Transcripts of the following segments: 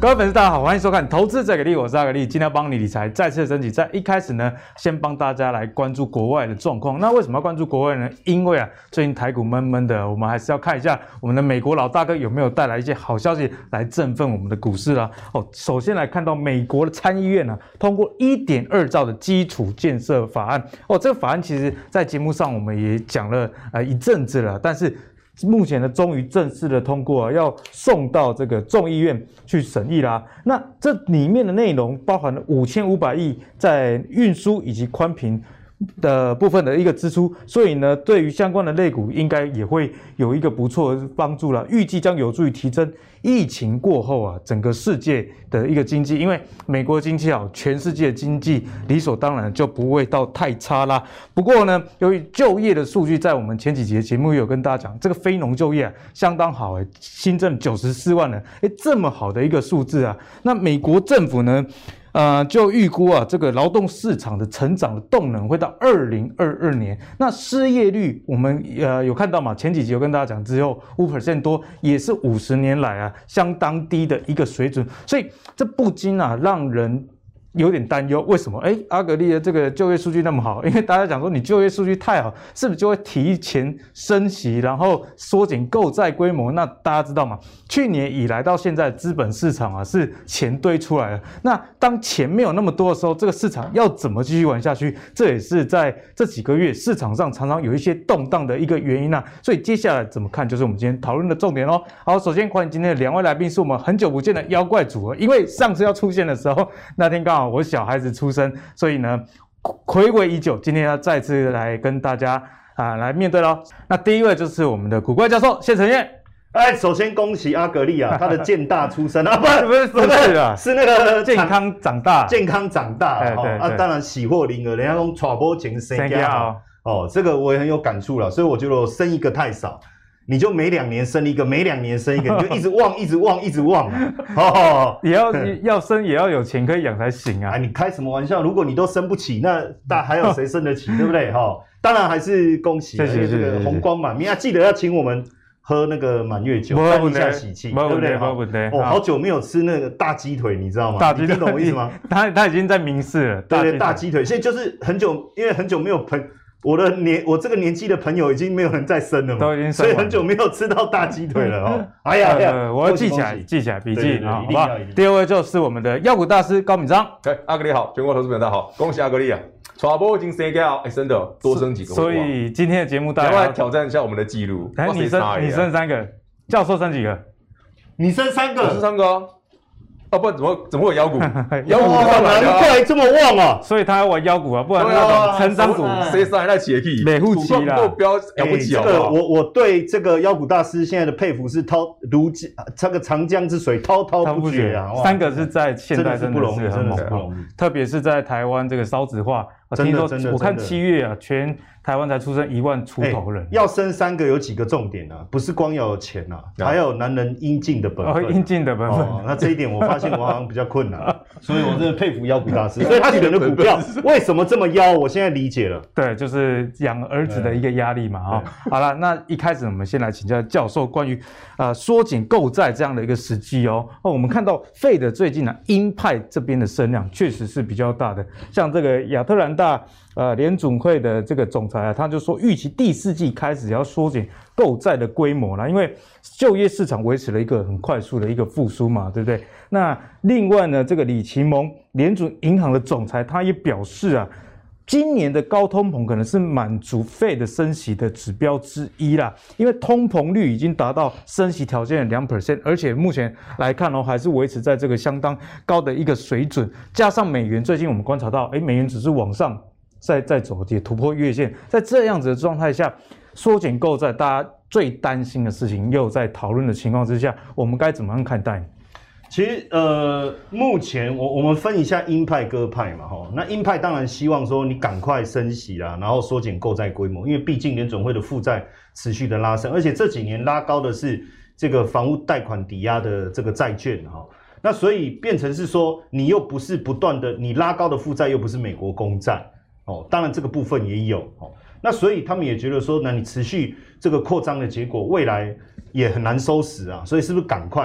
各位粉丝，大家好，欢迎收看《投资者给力》，我是阿格力，今天要帮你理财再次升级。在一开始呢，先帮大家来关注国外的状况。那为什么要关注国外呢？因为最近台股闷闷的，我们还是要看一下我们的美国老大哥有没有带来一些好消息来振奋我们的股市啦。首先来看到美国的参议院通过1.2兆的基础建设法案。这个法案其实在节目上我们也讲了一阵子了，但是目前呢，终于正式的通过要送到这个众议院去审议啦。那这里面的内容包含了5500亿在运输以及宽频的部分的一个支出，所以呢，对于相关的类股应该也会有一个不错的帮助了。预计将有助于提升疫情过后整个世界的一个经济，因为美国经济好，全世界的经济理所当然就不会到太差啦。不过呢，由于就业的数据在我们前几集的节目有跟大家讲，这个非农就业相当好新增94万人，这么好的一个数字那美国政府呢？就预估这个劳动市场的成长的动能会到2022年。那失业率我们有看到嘛？前几集有跟大家讲，只有5% 多，也是50年来相当低的一个水准。所以这不禁让人有点担忧，为什么？阿格力的这个就业数据那么好，因为大家讲说你就业数据太好，是不是就会提前升息，然后缩减购债规模？那大家知道吗？去年以来到现在，资本市场是钱堆出来了。那当钱没有那么多的时候，这个市场要怎么继续玩下去？这也是在这几个月市场上常常有一些动荡的一个原因所以接下来怎么看，就是我们今天讨论的重点咯。好，首先欢迎今天的2位来宾，是我们很久不见的妖怪组合。因为上次要出现的时候，那天刚好我小孩子出生，所以呢，睽违已久，今天要再次来跟大家来面对咯。那第一位就是我们的古怪教授谢承彦。 首先恭喜阿格力他的健大出生不是是那个健康长大， 对，当然喜获麟儿，人家说娶某前生囝这个我也很有感触了，所以我觉得我生一个太少。你就每2年生一个，每2年生一个，你就一直旺，一直旺，一直旺也要生也要有钱可以养才行你开什么玩笑？如果你都生不起，那还有谁生得起，对不对？当然还是恭喜， 谢谢这个红光满面记得要请我们喝那个满月酒，沾一下喜气，对不对？好久没有吃那个大鸡腿，你知道吗？ 大鸡腿， 你懂我意思吗？ 他已经在明示了， 对，大鸡腿，现在就是因为很久没有我这个年纪的朋友已经没有人再生了嘛， 都已经生所以很久没有吃到大鸡腿了我要记起来笔记好不好？ 第二位就是我们的妖股大师高敏章。 阿格力好，全国投资朋友大家好，恭喜阿格力娶某已经生囝真的多生几个。 所以今天的节目大家要来挑战一下我们的记录。 你生3个，教授生几个？ 你生3个， 我生3个不然怎么会有妖股？ 妖股难怪这么旺所以他要玩妖股不然那种成长股谁上来起去？ 美户期啦， 都标了不起这个我对这个妖股大师现在的佩服是这个长江之水滔滔不绝 3个是在现在真的是很猛， 不容易， 特别是在台湾这个少子化，听说我看7月全台湾才出生1万出头人。 要生3个有几个重点不是光要有钱还有男人应尽的本分。 应尽的本分。 那这一点我发现我好像比较困难，所以我真的佩服妖股大师。所以他选的股票为什么这么妖？我现在理解了。 对，就是养儿子的一个压力嘛好了，那一开始我们先来请教教授关于缩减购债这样的一个时机我们看到Fed最近鹰派这边的声量确实是比较大的，像这个亚特兰大联准会的这个总裁他就说预期第4季开始要缩减购债的规模啦，因为就业市场维持了一个很快速的一个复苏嘛，对不对？那另外呢，这个李奇蒙联准银行的总裁他也表示今年的高通膨可能是满足Fed升息的指标之一啦，因为通膨率已经达到升息条件的 2%， 而且目前来看还是维持在这个相当高的一个水准，加上美元最近我们观察到美元只是往上再走，也突破月线，在这样子的状态下缩减购债，大家最担心的事情又在讨论的情况之下，我们该怎么样看待？ 其实目前我们分一下鹰派鸽派嘛那鹰派当然希望说你赶快升息啦，然后缩减购债规模，因为毕竟联准会的负债持续的拉升，而且这几年拉高的是这个房屋贷款抵押的这个债券那所以变成是说你又不是不断的，你拉高的负债又不是美国公债当然这个部分也有那所以他们也觉得说，那你持续这个扩张的结果，未来也很难收拾所以是不是赶快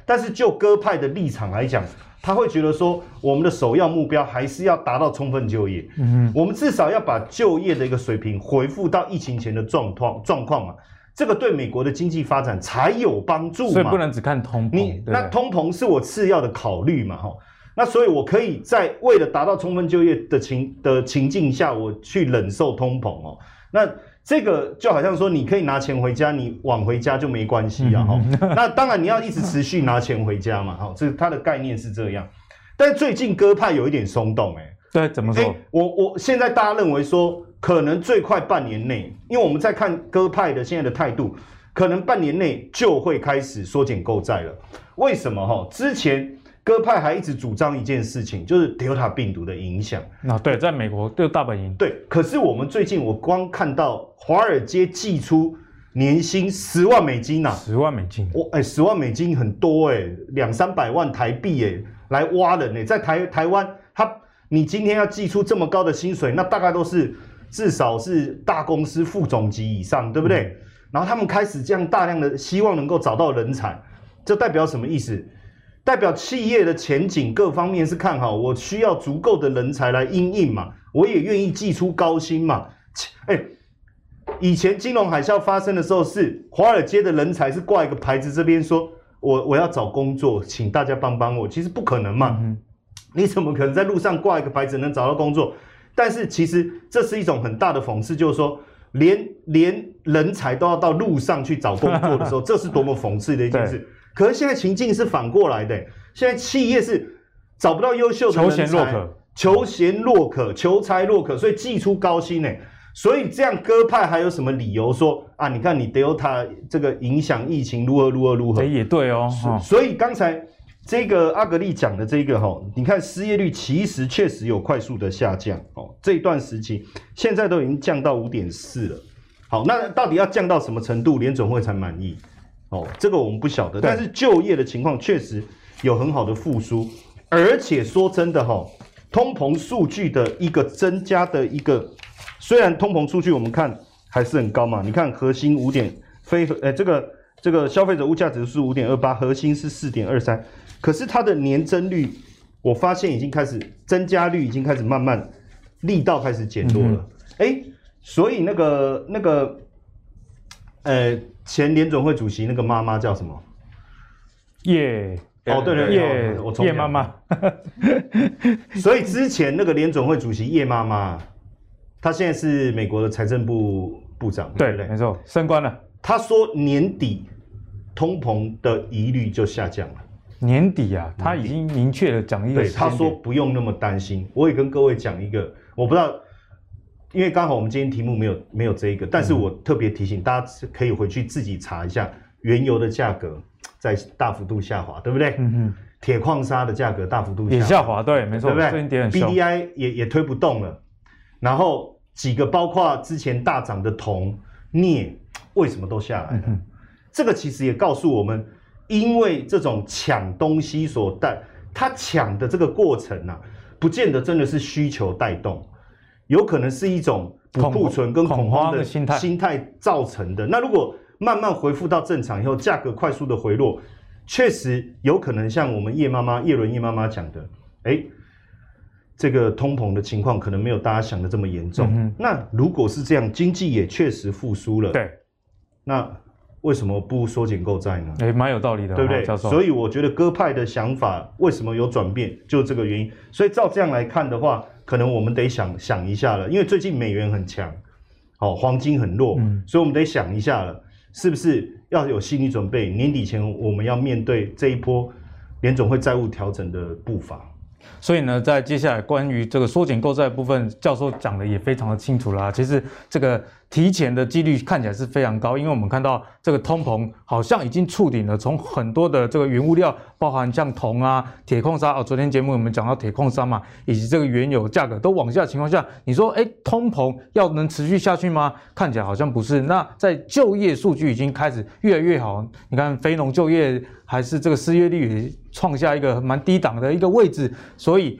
但是就鸽派的立场来讲，他会觉得说，我们的首要目标还是要达到充分就业。我们至少要把就业的一个水平恢复到疫情前的状况嘛。这个对美国的经济发展才有帮助嘛。 所以不能只看通膨。 那通膨是我次要的考虑嘛，那所以我可以在为了达到充分就业的情境下，我去忍受通膨哦。那这个就好像说，你可以拿钱回家，你晚回家就没关系啊。那当然你要一直持续拿钱回家嘛。这它的概念是这样。但最近鸽派有一点松动， 对，怎么说？ 我现在大家认为说，可能最快半年内，因为我们在看鸽派的现在的态度，可能半年内就会开始缩减购债了。为什么？之前鸽派还一直主张一件事情，就是 Delta 病毒的影响。 对，在美国就大本营。 对，可是我们最近我光看到华尔街寄出年薪10万美金啊 ，10万美金 ，10万美金很多200-300万台币来挖人在台湾，你今天要寄出这么高的薪水，那大概都是至少是大公司副总级以上，对不对？然后他们开始这样大量的希望能够找到人才，这代表什么意思？代表企业的前景各方面是看好，我需要足够的人才来因应嘛，我也愿意寄出高薪嘛。以前金融海啸发生的时候，是华尔街的人才是挂一个牌子，这边说我要找工作，请大家帮帮我，其实不可能嘛。你怎么可能在路上挂一个牌子能找到工作？但是其实这是一种很大的讽刺，就是说连人才都要到路上去找工作的时候，这是多么讽刺的一件事。可是现在情境是反过来的，现在企业是找不到优秀的人才，求贤若渴，求才若渴，所以寄出高薪所以这样鸽派还有什么理由说啊？你看你 Delta 这个影响疫情如何？ 也对哦。 所以刚才这个阿格力讲的这个你看失业率其实确实有快速的下降这一段时期现在都已经降到 5.4 了。好，那到底要降到什么程度联准会才满意？这个我们不晓得。但是就业的情况确实有很好的复苏，而且说真的通膨数据的一个增加的一个，虽然通膨数据我们看还是很高嘛，你看核心这个消费者物价指数 5.28， 核心是 4.23， 可是它的年增率我发现已经开始增加率已经开始慢慢力道开始减弱了。所以那个前联准会主席那个妈妈叫什么？ 叶妈妈。 所以之前那个联准会主席叶妈妈，她现在是美国的财政部部长，对不对？ 没错，升官了。 她说年底通膨的疑虑就下降了。 年底啊，他已经明确的讲一个时间点。 对，他说不用那么担心。我也跟各位讲一个，我不知道。因为刚好我们今天题目没有这一个，但是我特别提醒大家可以回去自己查一下原油的价格在大幅度下滑，对不对？铁矿砂的价格大幅度也下滑，对，没错， 对不对 ？BDI 也推不动了，然后几个包括之前大涨的铜、镍，为什么都下来了？这个其实也告诉我们，因为这种抢东西他抢的这个过程不见得真的是需求带动。有可能是一种补库存跟恐慌的心态造成的。那如果慢慢恢复到正常以后，价格快速的回落，确实有可能像我们叶伦叶妈妈讲的，这个通膨的情况可能没有大家想的这么严重。那如果是这样，经济也确实复苏了， 对， 那为什么不缩减购债呢？ 蛮有道理的， 对不对？ 教授。 所以我觉得鸽派的想法为什么有转变，就是这个原因。所以照这样来看的话，可能我们得想一下了，因为最近美元很强，黄金很弱，所以我们得想一下了，是不是要有心理准备？年底前我们要面对这一波联总会债务调整的步伐。 所以呢，在接下来关于这个缩减购债部分，教授讲的也非常的清楚啦。其实这个提前的几率看起来是非常高，因为我们看到这个通膨好像已经触顶了，从很多的这个原物料，包含像铜啊、铁矿砂昨天节目我们讲到铁矿砂嘛，以及这个原油价格都往下的情况下，你说通膨要能持续下去吗？看起来好像不是。那在就业数据已经开始越来越好，你看非农就业还是这个失业率也创下一个蛮低档的一个位置，所以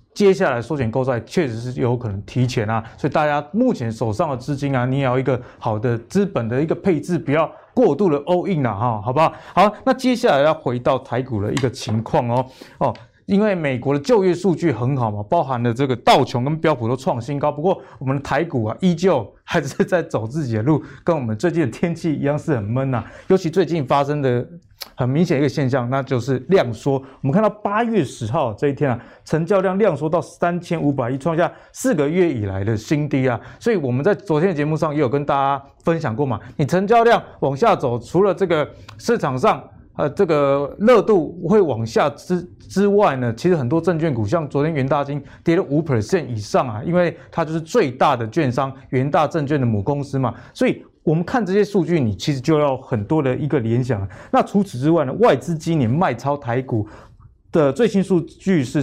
接下来缩减购债确实是有可能提前啊，所以大家目前手上的资金啊，你也要一个好的资本的一个配置，不要过度的 all in 啦哈，好不好？好，那接下来要回到台股的一个情况哦。因为美国的就业数据很好嘛，包含了这个道琼跟标普都创新高。不过我们的台股啊，依旧还是在走自己的路，跟我们最近的天气一样是很闷啊。尤其最近发生的很明显一个现象，那就是量缩。我们看到8月10号这一天啊，成交量量缩到3500亿，创下4个月以来的新低啊。所以我们在昨天的节目上也有跟大家分享过嘛，你成交量往下走，除了这个市场上这个热度会往下之外呢，其实很多证券股，像昨天元大金跌了5% 以上啊，因为它就是最大的券商元大证券的母公司嘛，所以我们看这些数据，你其实就要很多的一个联想。那除此之外呢，外资今年卖超台股的最新数据是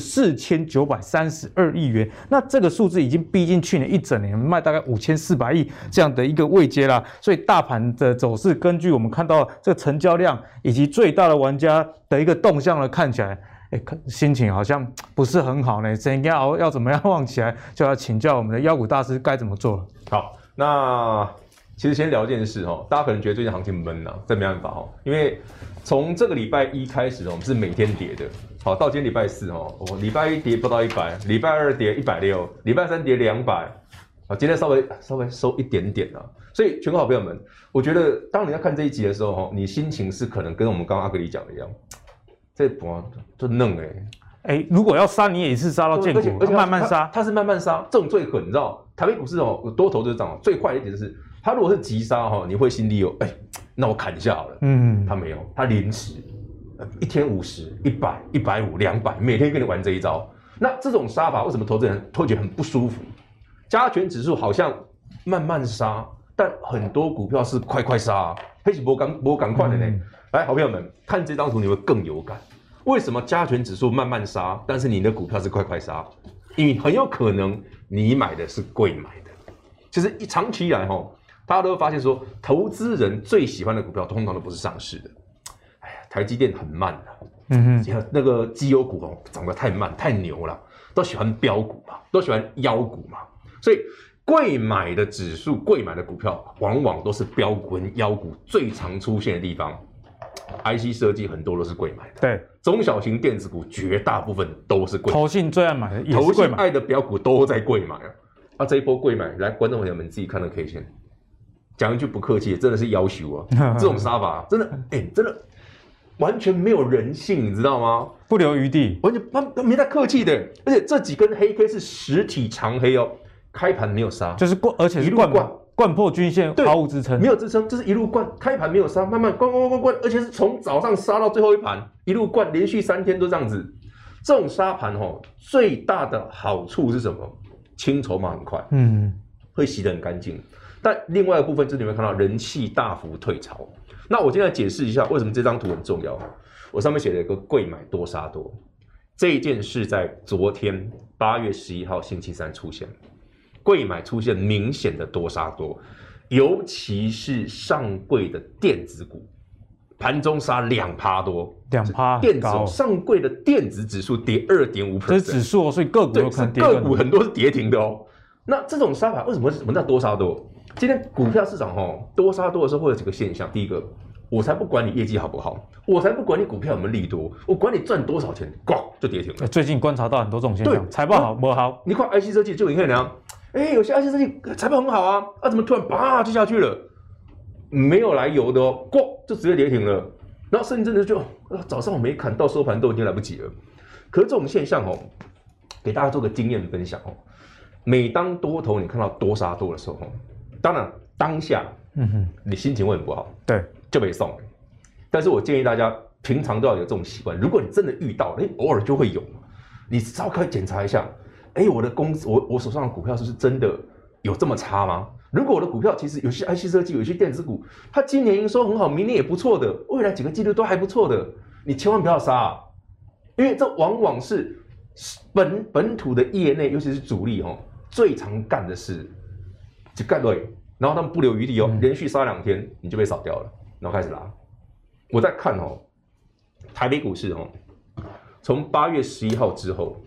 4932亿元，那这个数字已经逼近去年一整年卖大概5400亿这样的一个位阶啦。所以大盘的走势，根据我们看到这个成交量以及最大的玩家的一个动向呢，看起来，心情好像不是很好呢。应该要怎么样旺起来，就要请教我们的妖股大师该怎么做了。 好，那其实先聊一件事哦，大家可能觉得最近行情闷啊，这没办法哦，因为从这个礼拜1开始，我们是每天跌的，好，到今天礼拜4哦，礼拜1跌不到100，礼拜2跌160，礼拜3跌200，啊，今天稍微收一点点啊，所以全国好朋友们，我觉得当你在看这一集的时候，你心情是可能跟我们刚刚阿格里讲的一样，这波就嫩如果要杀，你也是杀到见骨，而且慢慢杀， 它是慢慢杀，这种最狠，你知道，台北股市多头就是这样，最坏的一点就是，它如果是急杀你会心里有那我砍一下好了，它没有，它临时，1天50、100、150、200，每天跟你玩这一招。那这种杀法，为什么投资人会觉得很不舒服？加权指数好像慢慢杀，但很多股票是快杀，黑是没赶快的呢。来，好朋友们，看这张图你会更有感。为什么加权指数慢慢杀，但是你的股票是快杀？因为很有可能你买的是贵买的。其实长期以来大家都会发现说，投资人最喜欢的股票通常都不是上市的。台积电很慢了，那个绩优股涨得太慢太牛了，都喜欢标股嘛，都喜欢妖股嘛，所以贵买的指数、贵买的股票，往往都是标股跟妖股最常出现的地方。IC 设计很多都是贵买的， 对， 中小型电子股绝大部分都是贵买的， 投信最爱买的也是贵买， 投信爱的标股都在贵买啊。这一波贵买，来，观众朋友们自己看了 K 线，讲一句不客气，真的是夭寿啊！这种杀法真的，真的完全没有人性，你知道吗？ 不留余地， 完全没在客气的。而且这几根黑 K 是实体长黑开盘没有杀， 就是而且是灌破均线，毫无支撑， 没有支撑，就是一路灌，开盘没有杀，慢慢灌，而且是从早上杀到最后一盘，一路灌，连续3天都这样子。这种杀盘最大的好处是什么？清筹码很快，会洗得很干净。但另外一个部分就是你会看到人气大幅退潮。那我今天来解释一下为什么这张图很重要。我上面写了一个贵买多杀多，这一件事在昨天8月11号星期三出现，贵买出现明显的多杀多，尤其是上柜的电子股，盘中杀2%多 ，2% 电子上柜的电子指数跌2.5%， 这是指数所以个股有可能跌， 个股很多是跌停的那这种杀法为什么叫多杀多？今天股票市场多杀多的时候会有几个现象，第一个，我才不管你业绩好不好，我才不管你股票有没有利多，我管你赚多少钱，就跌停了。 最近观察到很多这种现象，财报好不好？ 你看 IC 设计就你看怎样？有些 IC 设计财报很好啊，怎么突然啪就下去了？没有来由的就直接跌停了。然后甚至就早上我没砍到收盘都已经来不及了。可是这种现象给大家做个经验分享每当多头你看到多杀多的时候当然当下你心情会很不好， 对， 就被送了。但是我建议大家平常都要有这种习惯，如果你真的遇到偶尔就会有，你稍微检查一下，我的公司我手上的股票是不是真的有这么差吗？如果我的股票其实有些 IC 设计，有些电子股，它今年营收很好，明年也不错的，未来几个季度都还不错的，你千万不要杀因为这往往是本土的业内，尤其是主力最常干的事，就干对，然后他们不留余地连续杀2天，你就被扫掉了，然后开始拉。我在看台北股市从8月11号之后，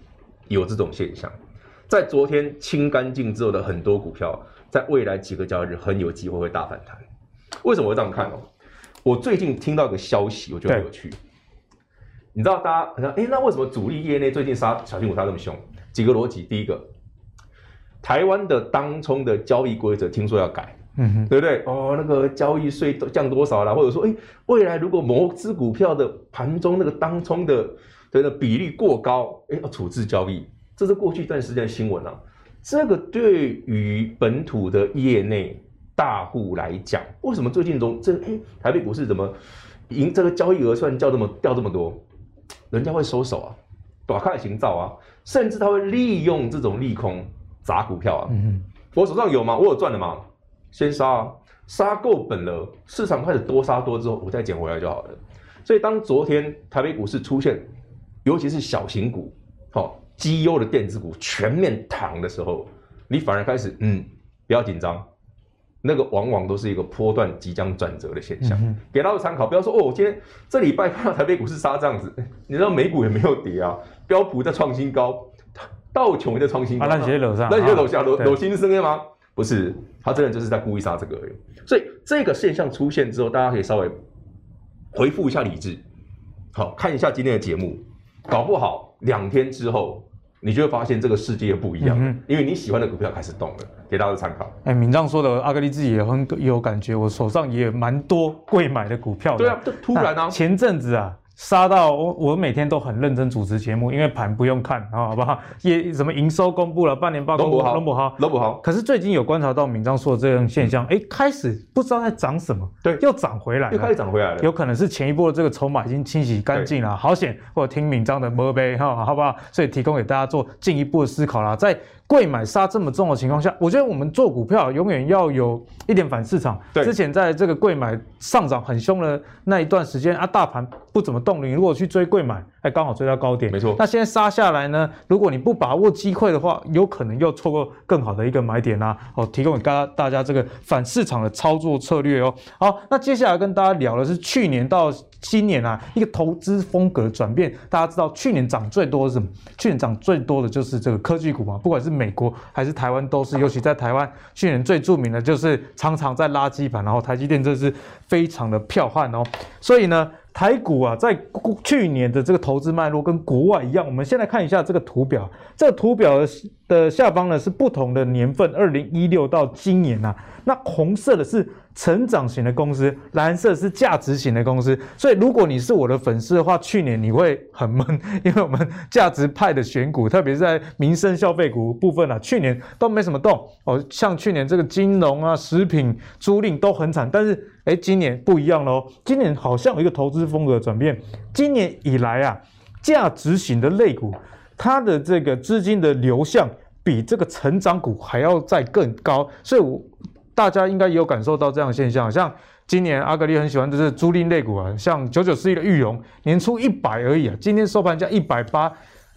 有这种现象，在昨天清干净之后的很多股票，在未来几个交易日很有机会会大反弹。为什么会这样看哦？我最近听到一个消息，我觉得很有趣。你知道大家好像那为什么主力业内最近杀小型股杀这么凶？几个逻辑，第一个，台湾的当冲的交易规则听说要改。对不对？那个交易税降多少啦？或者说，未来如果某只股票的盘中那个当冲的比例过高，要处置交易，这是过去一段时间的新闻啊。这个对于本土的业内大户来讲，为什么最近台北股市怎么这个交易额算掉这么多？人家会收手啊，短看行造啊，甚至他会利用这种利空砸股票啊。我手上有吗？我有赚的吗？先杀啊，杀够本了，市场开始多杀多之后，我再捡回来就好了。所以当昨天台北股市出现，尤其是小型股、绩优的电子股全面躺的时候，你反而开始不要紧张，那个往往都是一个波段即将转折的现象，给大家参考。不要说我今天这礼拜看到台北股市杀这样子，你知道美股也没有跌啊，标普在创新高，道琼也在创新高， 那你直接搂上， 那你直接搂下搂新生的吗？不是，他真的就是在故意杀这个而已。所以这个现象出现之后，大家可以稍微回复一下理智，好看一下今天的节目，搞不好2天之后，你就会发现这个世界不一样了，因为你喜欢的股票开始动了，给大家参考。 闵漳说的，阿格力自己也很有感觉，我手上也蛮多贵买的股票的。 对啊，就突然啊， 前阵子啊。杀到我每天都很认真主持节目，因为盘不用看，好不好？也什么营收公布了，半年报公布了，都不好。可是最近有观察到闵漳说的这种现象，开始不知道在涨什么，对，又涨回来了， 又开始涨回来了。 有可能是前一波的这个筹码已经清洗干净了，好险！或者听闵漳的摸杯好不好？所以提供给大家做进一步的思考啦。在贵买杀这么重的情况下，我觉得我们做股票永远要有一点反市场。之前在这个贵买上涨很凶的那一段时间啊，大盘不怎么动，你如果去追贵买，刚好追到高点， 没错。 那现在杀下来呢，如果你不把握机会的话，有可能又错过更好的一个买点啦。提供给大家这个反市场的操作策略哦。好，那接下来跟大家聊的是去年到今年啊一个投资风格转变。大家知道去年涨最多的是什么？去年涨最多的就是这个科技股嘛，不管是美国还是台湾都是，尤其在台湾，去年最著名的就是常常在拉基盘，然后台积电这是非常的彪悍哦。所以呢，台股啊，在去年的这个投资脉络跟国外一样，我们先来看一下这个图表。这个图表的下方呢是不同的年份，2016到今年啊。那红色的是成长型的公司，蓝色是价值型的公司。所以如果你是我的粉丝的话，去年你会很闷，因为我们价值派的选股，特别是在民生消费股部分啊，去年都没什么动哦。像去年这个金融啊、食品、租赁都很惨，但是今年不一样咯，今年好像有一个投资风格的转变。今年以来啊，价值型的类股，它的这个资金的流向比这个成长股还要再更高，所以大家应该也有感受到这样的现象。像今年阿格力很喜欢就是租赁类股啊，像9941的裕融，年初100而已啊，今天收盘价180，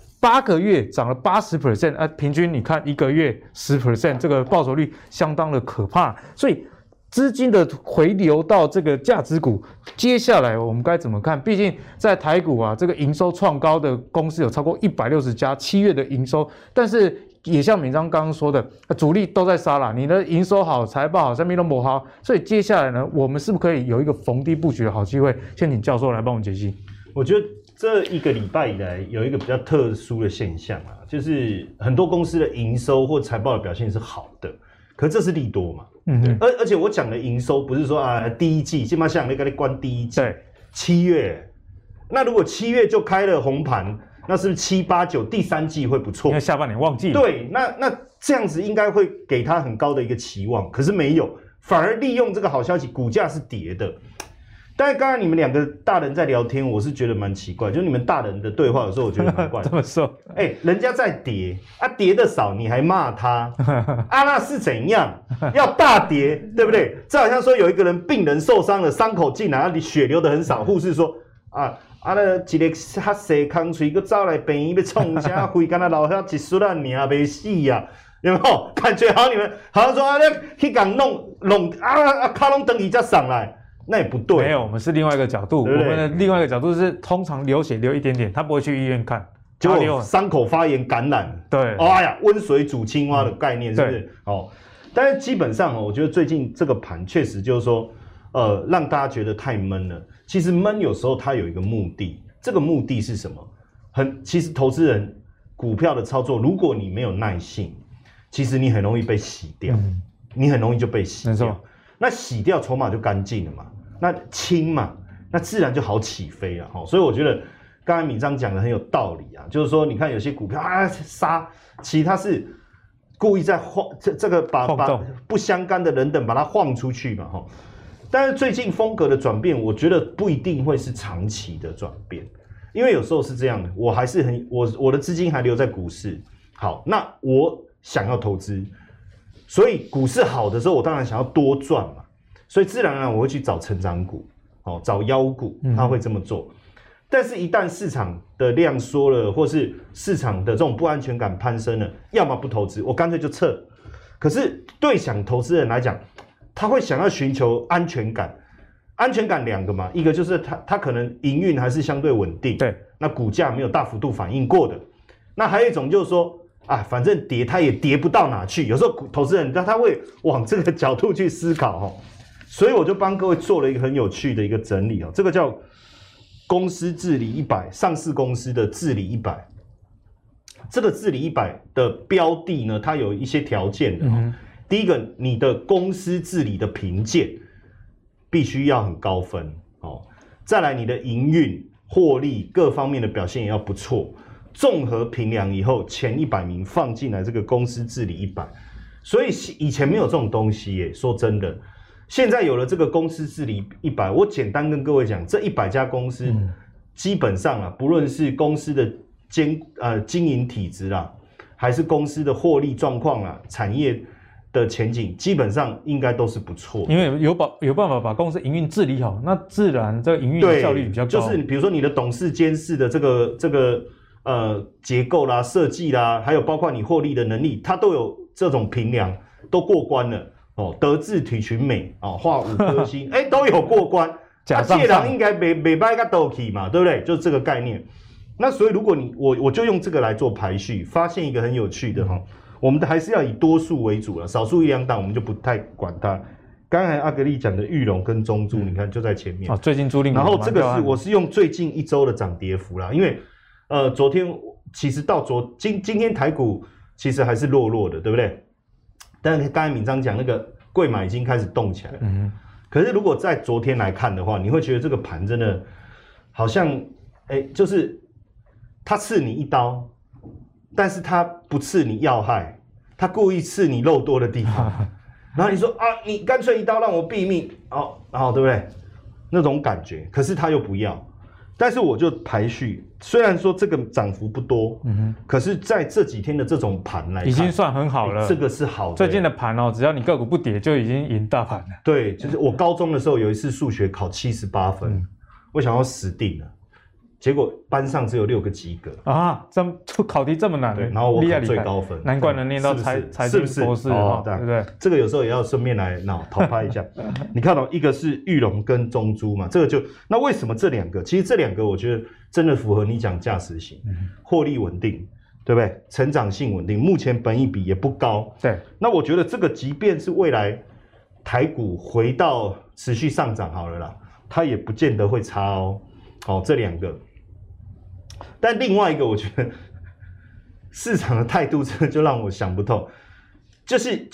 8个月涨了80%啊，平均你看1个月10%，这个报酬率相当的可怕。所以资金的回流到这个价值股，接下来我们该怎么看？毕竟在台股啊，这个营收创高的公司有超过160家，7月的营收，但是也像闵漳刚刚说的，主力都在杀啦，你的营收好、财报好、上面都不好，所以接下来呢，我们是不是可以有一个逢低布局的好机会？先请教授来帮我们解析。 我觉得这一个礼拜以来有一个比较特殊的现象啊，就是很多公司的营收或财报的表现是好的，可这是利多嘛？而且我讲的营收不是说第一季，基本上那个关第一季，对，7月，那如果7月就开了红盘。那是不是7、8、9第3季会不错？因为下半年旺季了。 对，那这样子应该会给他很高的一个期望，可是没有，反而利用这个好消息，股价是跌的。但是刚才你们2个大人在聊天，我是觉得蛮奇怪，就你们大人的对话，有时候我觉得蛮怪。 这么说， 人家在跌啊，跌的少，你还骂他啊？那是怎样？要大跌，对不对？这好像说有一个人病人受伤了，伤口进来，血流的很少，护士说那一个较细空喙，佮走来病院要创啥肺，敢若老遐一束啊，尔袂死啊，有没有？感觉好，你们好像说去讲弄卡拢等伊才上来，那也不对。 没有，我们是另外一个角度。对对，我们的另外一个角度是，通常流血流一点点，他不会去医院看。 结果伤口发炎感染， 对， 哎呀，温水煮青蛙的概念是不是？哦，但是基本上我觉得最近这个盘确实就是说，让大家觉得太闷了。其实闷有时候它有一个目的，这个目的是什么？其实投资人股票的操作，如果你没有耐性，其实你很容易被洗掉，你很容易就被洗掉。那洗掉筹码就干净了嘛，那清嘛，那自然就好起飞了。所以我觉得刚才闵漳讲的很有道理啊，就是说你看有些股票啊杀，其实它是故意在晃这个把不相干的人等把它晃出去嘛哈。但是最近风格的转变，我觉得不一定会是长期的转变，因为有时候是这样的，我还是我的资金还留在股市，好，那我想要投资。所以股市好的时候，我当然想要多赚嘛，所以自然而然我会去找成长股，找妖股，他会这么做。但是，一旦市场的量缩了，或是市场的这种不安全感攀升了，要么不投资，我干脆就撤。可是对想投资人来讲，他会想要寻求安全感，安全感两个嘛，一个就是他可能营运还是相对稳定，对，那股价没有大幅度反应过的，那还有一种就是说。反正跌它也跌不到哪去，有时候投资人他会往这个角度去思考所以我就帮各位做了一个很有趣的一个整理这个叫公司治理100，上市公司的治理100。这个治理100的标的呢，它有一些条件的第一个，你的公司治理的评鉴必须要很高分再来你的营运、获利各方面的表现也要不错。综合评量以后，前100名放进来这个公司治理100，所以以前没有这种东西耶。说真的，现在有了这个公司治理100，我简单跟各位讲，这100家公司基本上不论是公司的经营体质啦，还是公司的获利状况啦，产业的前景，基本上应该都是不错的。 因为有办法把公司营运治理好，那自然这个营运的效率比较高。 就是比如说你的董事监事的这个。结构啦、设计啦，还有包括你获利的能力，它都有这种评量，都过关了德智体群美画5颗星，都有过关。借人应该没败个斗气嘛，对不对？就是这个概念。那所以如果我就用这个来做排序，发现一个很有趣的我们还是要以多数为主了，少数1-2档我们就不太管它。刚才阿格力讲的裕隆跟中租，你看就在前面最近租赁， 然后这个我是用最近1周的涨跌幅啦，因为。昨天其实到今天台股其实还是弱的，对不对？但是刚才闵漳讲那个柜买已经开始动起来了。可是如果在昨天来看的话，你会觉得这个盘真的好像，就是他刺你一刀，但是他不刺你要害，他故意刺你肉多的地方，然后你说你干脆一刀让我毙命，然后对不对？那种感觉，可是他又不要。但是我就排序，虽然说这个涨幅不多，可是在这几天的这种盘来看， 已经算很好了。 这个是好的。 最近的盘只要你个股不跌，就已经赢大盘了。 对，就是我高中的时候有一次数学考78分，我想要死定了，结果班上只有6个及格这考题这么难， 对，然后我考最高分， 难怪能念到财经博士，对不对？ 这个有时候也要顺便来讨拍一下。你看一个是裕隆跟中租嘛，这个那为什么这2个？其实这2个我觉得真的符合你讲价值型，获利稳定，对不对？成长性稳定，目前本益比也不高， 对。 那我觉得这个即便是未来台股回到持续上涨好了啦，它也不见得会差这2个。但另外一个，我觉得市场的态度真的就让我想不透，就是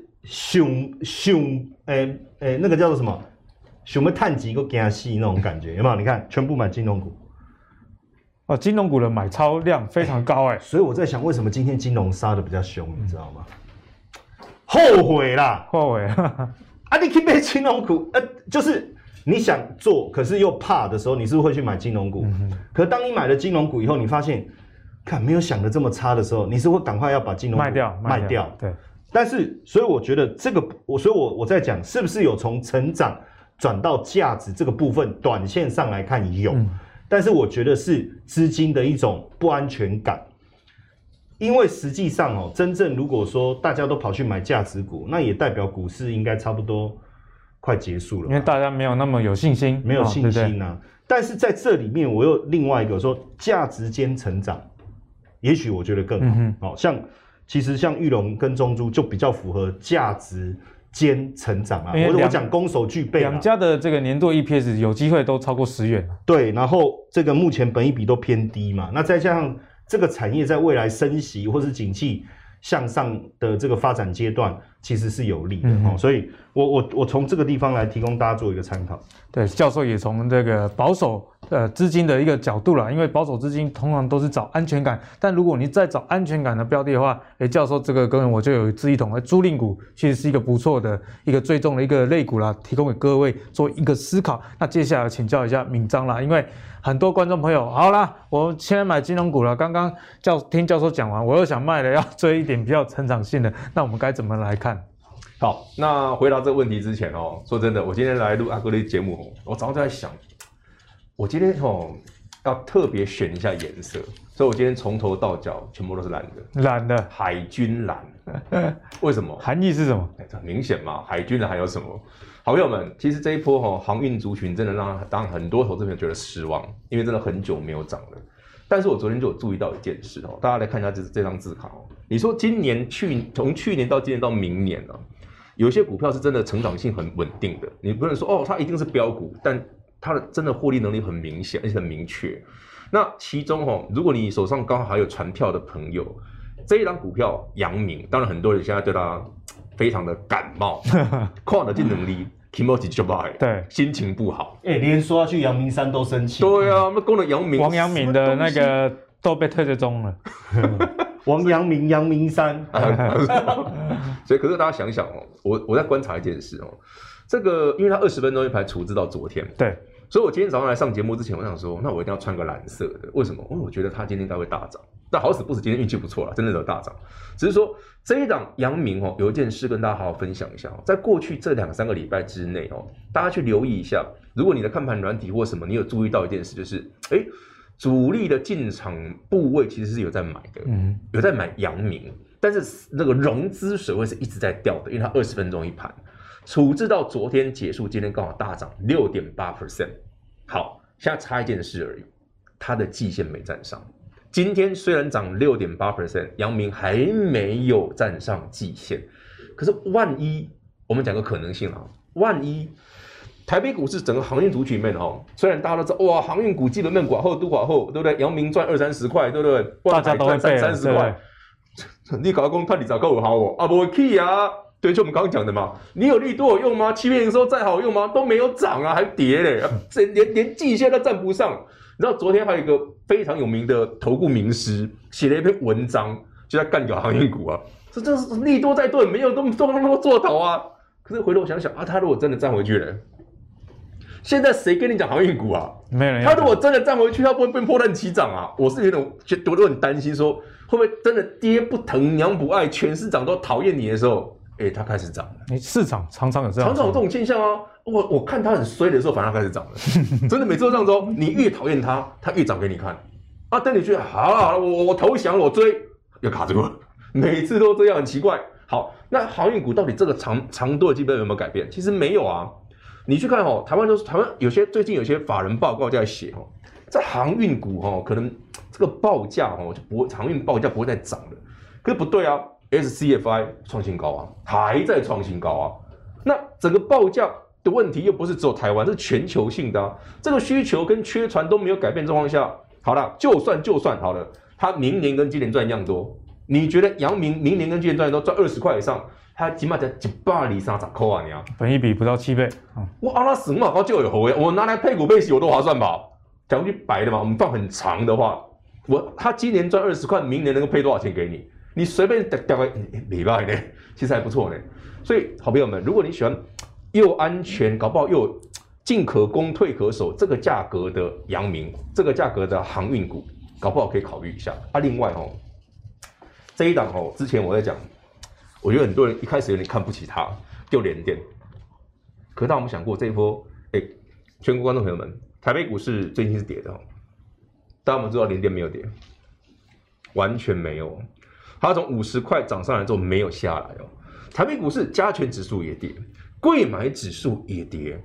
那个叫做什么，熊要探几个惊死那种感觉，有没有？你看，全部买金融股， 金融股的买超量非常高所以我在想，为什么今天金融杀的比较凶，你知道吗？后悔啦，你去买金融股，就是。你想做，可是又怕的时候，你是不是会去买金融股？可当你买了金融股以后，你发现，没有想的这么差的时候，你是会赶快要把金融股卖掉。 对。 但是，所以我觉得这个，所以我在讲，是不是有从成长转到价值这个部分，短线上来看有，但是我觉得是资金的一种不安全感，因为实际上真正如果说大家都跑去买价值股，那也代表股市应该差不多。快结束了， 因为大家没有那么有信心， 没有信心啊。但是在这里面，我又另外一个说价值兼成长， 也许我觉得更好。其实像裕隆跟中租就比较符合价值兼成长啊。我讲攻守俱备， 两家的这个年度 EPS 有机会都超过10元。 对，然后这个目前本益比都偏低嘛，那再加上这个产业在未来升息或是景气向上的这个发展阶段，其实是有利的所以我从这个地方来提供大家做一个参考。 对，教授也从这个保守资金的一个角度啦，因为保守资金通常都是找安全感，但如果你再找安全感的标的的话，教授这个跟我就有志一同，租赁股其实是一个不错的一个最重的一个类股啦，提供给各位做一个思考。那接下来请教一下闵章啦，因为很多观众朋友，好啦，我现在买金融股了，刚刚听教授讲完，我又想卖了，要追一点比较成长性的，那我们该怎么来看？ 好，那回答这个问题之前说真的，我今天来录阿哥的节目我早上就在想，我今天要特别选一下颜色，所以我今天从头到脚全部都是蓝的， 蓝的， 海军蓝。为什么？ 含义是什么？ 很明显嘛，海军蓝还有什么？好朋友们，其实这一波航运族群真的让很多投资朋友觉得失望，因为真的很久没有涨了。但是我昨天就有注意到一件事大家来看一下这张字卡你说从去年到今年到明年有些股票是真的成长性很稳定的，你不能说它一定是标股，但它的真的获利能力很明显，而且很明确。那其中如果你手上刚好还有传票的朋友，这一张股票阳明，当然很多人现在对它非常的感冒，看得进能力 ，kimochi 就不好， 对， 心情不好， 连说去阳明山都生气。 对啊，那攻了阳明， 王阳明的那个都被退追踪了。 王阳明、阳明山， 所以可是大家想想我在观察一件事这个因为它20分钟一排处置到昨天， 对， 所以我今天早上来上节目之前，我想说，那我一定要穿个蓝色的，为什么？因为我觉得它今天应该会大涨，但好死不死今天运气不错了，真的有大涨。只是说这一档阳明有一件事跟大家好好分享一下在过去这2-3个礼拜之内大家去留意一下，如果你的看盘软体或什么，你有注意到一件事，就是主力的进场部位其实是有在买的，有在买阳明，但是那个融资水位是一直在掉的，因为它20分钟一盘，处置到昨天结束，今天刚好大涨6.8%。好，现在差一件事而已，它的季线没站上。今天虽然涨6.8%，阳明还没有站上季线，可是万一我们讲个可能性万一台北股市整个航运族群里面虽然大家都知道哇，航运股基本面寡厚都寡厚，对不对？阳明赚20-30块，对不对？ 大家都会背 30块，你搞讲看你咋够好不去啊？对，就我们刚刚讲的嘛，你有利多有用吗？7月营收再好用吗？都没有涨还跌嘞，连季线都站不上。你知道昨天还有一个非常有名的投顾名师写了一篇文章，就在干掉航运股这是利多在盾，没有那么多做头可是回头想想他如果真的站回去了。现在谁跟你讲航运股没有人。 他如果真的站回去，他不会变破烂起涨我是有点我都很担心，说会不会真的爹不疼娘不爱，全市场都讨厌你的时候，他开始涨了。 市场常常有这样， 常常有这种现象我看他很衰的时候，反而他开始涨了。真的每次都这样子你越讨厌他，他越涨给你看等你觉得好了，我投降了，我追又卡住了，每次都这样，很奇怪。好，那航运股到底这个长多的基本有没有改变？其实没有你去看台湾最近有些法人报告在写在航运股可能这个报价就不会，航运报价不会再涨了。可是不对SCFI 创新高还在创新高那整个报价的问题又不是只有台湾，是全球性的这个需求跟缺船都没有改变状况下，好了，就算好了，它明年跟今年赚一样多，你觉得阳明明年跟今年赚20块以上？他起码才130块本益比不到7倍我那死嘛高就有合我拿来配股配息我都划算吧？讲句白的嘛，我们放很长的话，他今年赚20块，明年能够配多少钱给你？你随便掉个礼拜呢，其实还不错呢。所以好朋友们，如果你喜欢又安全，搞不好又进可攻退可守，这个价格的阳明，这个价格的航运股，搞不好可以考虑一下。另外这一档之前我在讲。我觉得很多人一开始有点看不起它，就联电。可当我们想过这一波，全国观众朋友们，台北股市最近是跌的大家有没有知道联电没有跌，完全没有。它从50块涨上来之后没有下来台北股市加权指数也跌，柜买指数也跌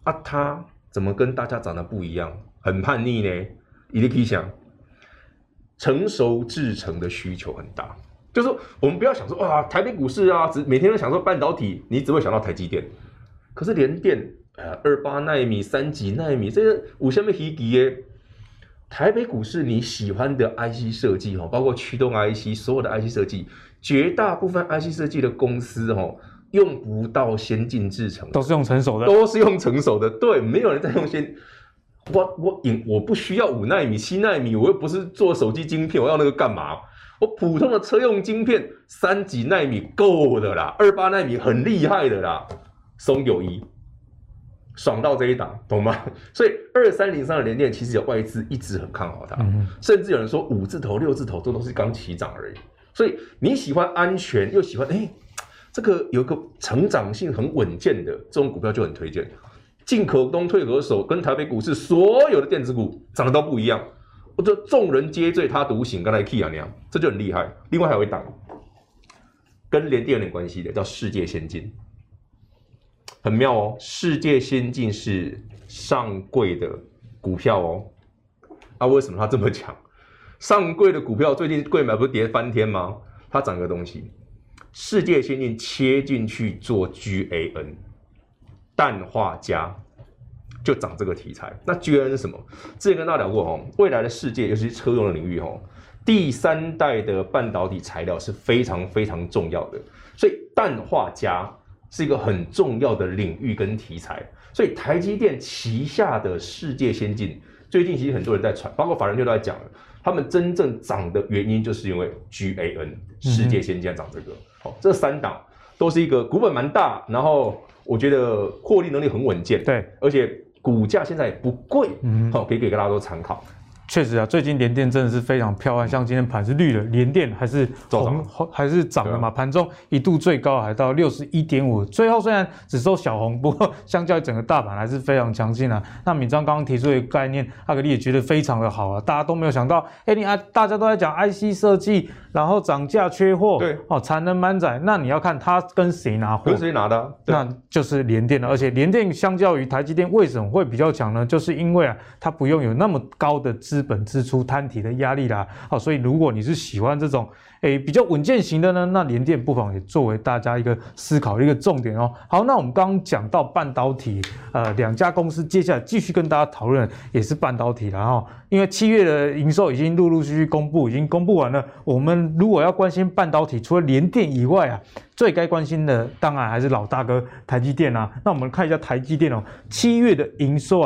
它怎么跟大家涨得不一样？很叛逆呢？你可以想， 成熟制程的需求很大。就是说我们不要想说哇，台北股市啊，每天都想说半导体，你只会想到台积电。可是联电28奈米、3几奈米，这些有什么稀奇的？台北股市你喜欢的 IC 设计包括驱动 IC， 所有的 IC 设计，绝大部分 IC 设计的公司用不到先进制程， 都是用成熟的， 都是用成熟的。对，没有人在用先。我不需要5奈米、7奈米，我又不是做手机晶片，我要那个干嘛？我普通的车用晶片3几奈米够的啦，28奈米很厉害的啦，松91，爽到这一档，懂吗？所以2303的联电其实有外资一直很看好它，甚至有人说5字头、6字头这都是刚起涨而已。所以你喜欢安全又喜欢这个有一个成长性很稳健的这种股票就很推荐。进可攻退可守，跟台北股市所有的电子股涨得都不一样。我觉得众人皆醉他独醒，刚才 Key 啊那样，这就很厉害。另外还有一档跟联电有点关系的，叫世界先进，很妙哦。世界先进是上柜的股票哦。为什么它这么强？上柜的股票最近柜买不是跌翻天吗？它涨个东西，世界先进切进去做 GaN 氮化镓。就涨这个题材，那 GaN 是什么？之前跟大家聊过未来的世界，尤其是车用的领域第3代的半导体材料是非常非常重要的，所以氮化镓是一个很重要的领域跟题材。所以台积电旗下的世界先进，最近其实很多人在传，包括法人就都在讲了，他们真正涨的原因就是因为 GaN 世界先进涨这个。这3档都是一个股本蛮大，然后我觉得获利能力很稳健，对，而且股价现在也不贵，可以给大家做参考。 确实啊，最近联电真的是非常漂亮，像今天盘是绿的，联电还是红，还是涨的嘛？盘中一度最高还到61.5，最后虽然只收小红，不过相较于整个大盘还是非常强劲啊。那闵章刚刚提出的一个概念，阿格力也觉得非常的好啊，大家都没有想到，大家都在讲 IC 设计，然后涨价缺货，对，产能满载，那你要看它跟谁拿货， 跟谁拿的？ 那就是联电了。而且联电相较于台积电为什么会比较强呢？就是因为它不用有那么高的资本支出摊提的压力啦，所以如果你是喜欢这种比较稳健型的呢，那联电不妨也作为大家一个思考的一个重点哦。好，那我们刚刚讲到半导体，2家公司接下来继续跟大家讨论也是半导体啦因为7月的营收已经陆陆续续公布，已经公布完了。我们如果要关心半导体，除了联电以外最该关心的当然还是老大哥台积电啊。那我们看一下台积电7月的营收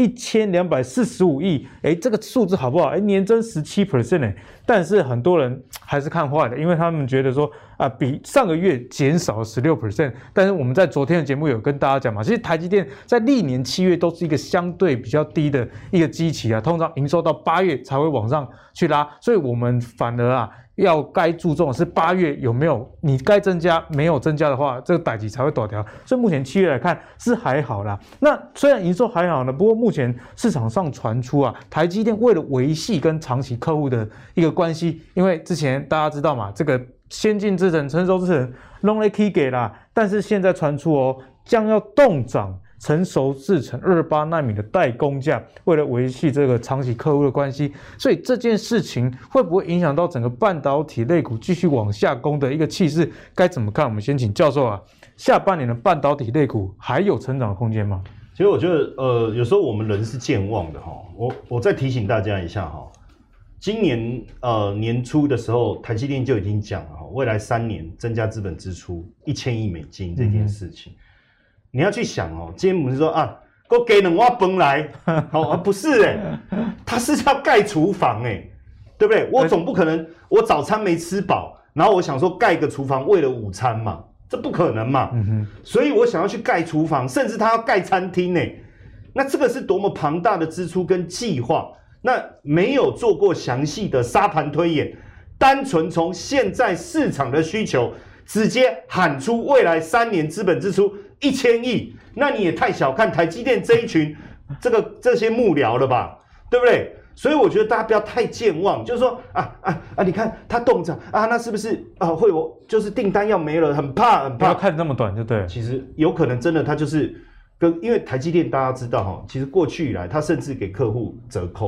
1245亿，这个数字好不好？年增17%但是很多人还是看坏的，因为他们觉得说比上个月减少了16%。但是我们在昨天的节目有跟大家讲嘛，其实台积电在历年7月都是一个相对比较低的一个基期通常营收到8月才会往上去拉，所以我们反而要该注重的是8月有没有你该增加，没有增加的话，这个代志才会大条。所以目前7月来看是还好啦。那虽然营收还好呢，不过目前市场上传出台积电为了维系跟长期客户的一个关系，因为之前大家知道嘛，这个先进制程、成熟制程弄来 K 给啦，但是现在传出将要动涨成熟制程28奈米的代工价，为了维系这个长期客户的关系，所以这件事情会不会影响到整个半导体类股继续往下攻的一个气势？该怎么看？我们先请教授下半年的半导体类股还有成长空间吗？ 其实我觉得有时候我们人是健忘的我再提醒大家一下今年年初的时候，台积电就已经讲了未来3年增加资本支出1000亿美金这件事情。你要去想今天我们是说我给2碗饭来，不是他是要盖厨房对不对？我总不可能我早餐没吃饱，然后我想说盖个厨房为了午餐嘛，这不可能嘛。所以我想要去盖厨房，甚至他要盖餐厅那这个是多么庞大的支出跟计划，那没有做过详细的沙盘推演，单纯从现在市场的需求直接喊出未来3年资本支出1000亿，那你也太小看台积电这一群这些幕僚了吧，对不对？所以我觉得大家不要太健忘，就是说你看它动涨那是不是会有就是订单要没了，很怕。 不要看那么短就对了。 其实有可能真的它就是因为台积电大家知道其实过去以来它甚至给客户折扣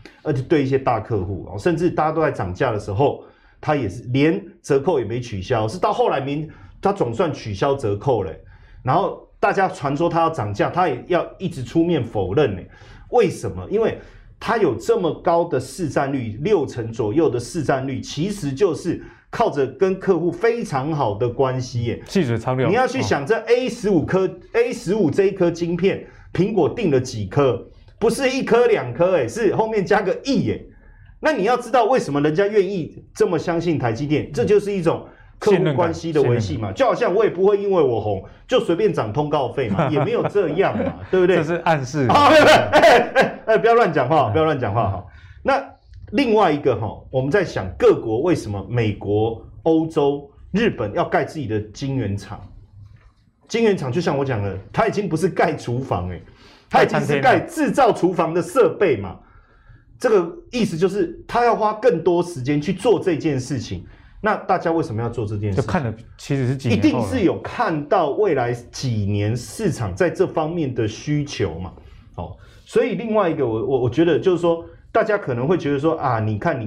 而且对一些大客户，甚至大家都在涨价的时候，他也是连折扣也没取消，是到后来他总算取消折扣了，然后大家传说他要涨价，他也要一直出面否认呢。为什么？因为他有这么高的市占率，60%左右的市占率，其实就是靠着跟客户非常好的关系耶。 细水长流， 你要去想这 A15 这一颗晶片，苹果订了几颗？不是1颗2颗，是后面加个亿耶。那你要知道为什么人家愿意这么相信台积电，这就是一种客户关系的维系嘛。就好像我也不会因为我红就随便涨通告费嘛，也没有这样嘛，对不对？ 这是暗示。 不要乱讲话，不要乱讲话哈。那另外一个哈，我们在想各国为什么美国、欧洲、日本要盖自己的晶圆厂？晶圆厂就像我讲的，它已经不是盖厨房它已经是盖制造厨房的设备嘛。这个意思就是他要花更多时间去做这件事情。那大家为什么要做这件事情？ 就看了，其实是几年一定是有看到未来几年市场在这方面的需求嘛。所以另外一个我觉得就是说，大家可能会觉得说啊，你看你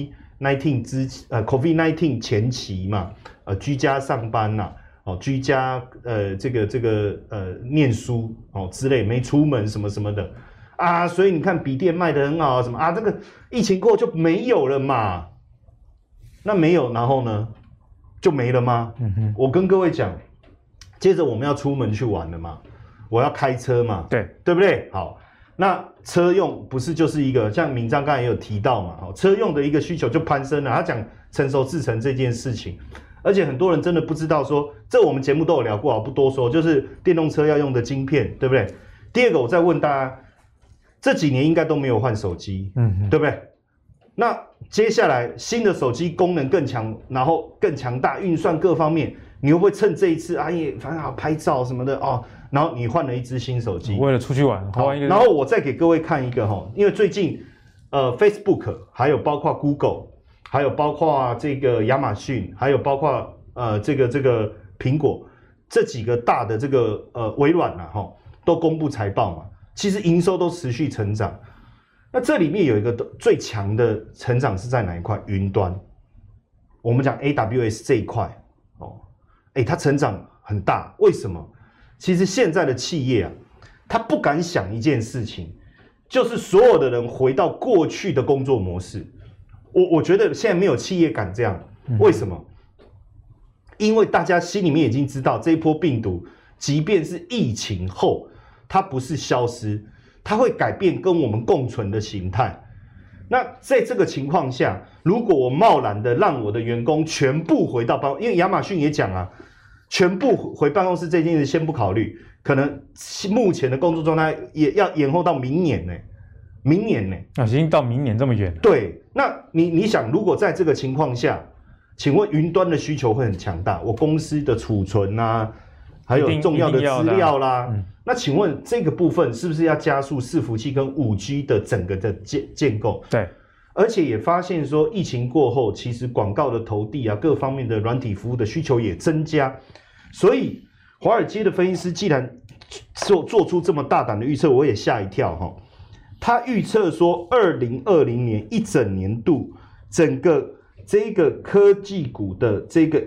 COVID-19 前期嘛，居家上班呐，居家这个念书之类，没出门什么什么的啊，所以你看笔电卖得很好啊，什么啊，这个疫情过后就没有了嘛。那没有，然后呢就没了吗？我跟各位讲，接着我们要出门去玩了嘛，我要开车嘛，对不对？好。那车用不是就是一个像闵章刚才也有提到嘛，车用的一个需求就攀升了。他讲成熟制程这件事情，而且很多人真的不知道说，这我们节目都有聊过，不多说，就是电动车要用的晶片，对不对？第二个，我再问大家，这几年应该都没有换手机，对不对？那接下来新的手机功能更强，然后更强大，运算各方面，你会不会趁这一次反正好拍照什么的然后你换了一只新手机， 为了出去玩， 然后我再给各位看一个因为最近Facebook 还有包括 Google， 还有包括这个亚马逊，还有包括这个苹果这几个大的这个微软都公布财报嘛，其实营收都持续成长。那这里面有一个最强的成长是在哪一块？云端。我们讲 AWS 这一块它成长很大，为什么？其实现在的企业他不敢想一件事情，就是所有的人回到过去的工作模式。我觉得现在没有企业敢这样，为什么？因为大家心里面已经知道，这一波病毒，即便是疫情后，它不是消失，它会改变跟我们共存的形态。那在这个情况下，如果我贸然的让我的员工全部回到办公，因为亚马逊也讲全部回办公室这件事先不考虑，可能目前的工作状态也要延后到明年呢。 已经到明年这么远了。 对，那你想，如果在这个情况下，请问云端的需求会很强大，我公司的储存还有重要的资料啦，那请问这个部分是不是要加速伺服器跟5G 的整个的建构？ 对。 而且也发现说，疫情过后，其实广告的投递各方面的软体服务的需求也增加，所以华尔街的分析师既然做出这么大胆的预测，我也吓一跳他预测说，2020年一整年度整个这个科技股的这个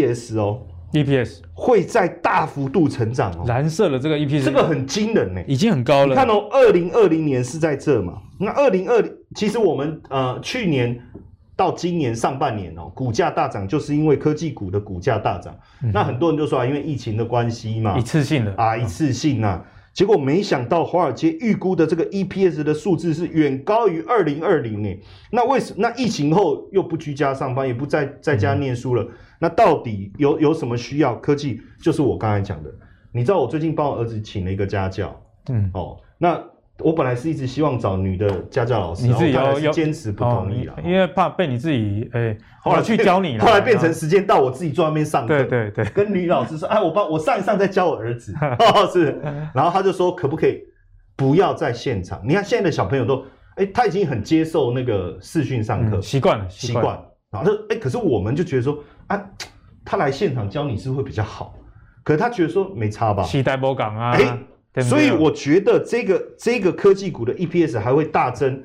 EPS 会在大幅度成长蓝色的这个 EPS 这个很惊人已经很高了。 你看2020年是在这嘛？那2020其实我们去年到今年上半年股价大涨，就是因为科技股的股价大涨。那很多人就说因为疫情的关系嘛， 一次性的一次性结果没想到华尔街预估的这个 EPS 的数字是远高于2020年。那为什么？那疫情后又不居家上班，也不在家念书了，那到底有什么需要？科技就是我刚才讲的。你知道我最近帮我儿子请了一个家教，那我本来是一直希望找女的家教老师， 你自己要坚持不同意因为怕被你自己后来去教你， 后来变成时间到我自己坐在那边上课， 对， 跟女老师说，我上一上再教我儿子，是，然后他就说可不可以不要在现场？你看现在的小朋友都，他已经很接受那个视讯上课， 习惯了， 然后可是我们就觉得说他来现场教你是会比较好，可是他觉得说没差吧， 期待不港所以我觉得这个科技股的 EPS 还会大增，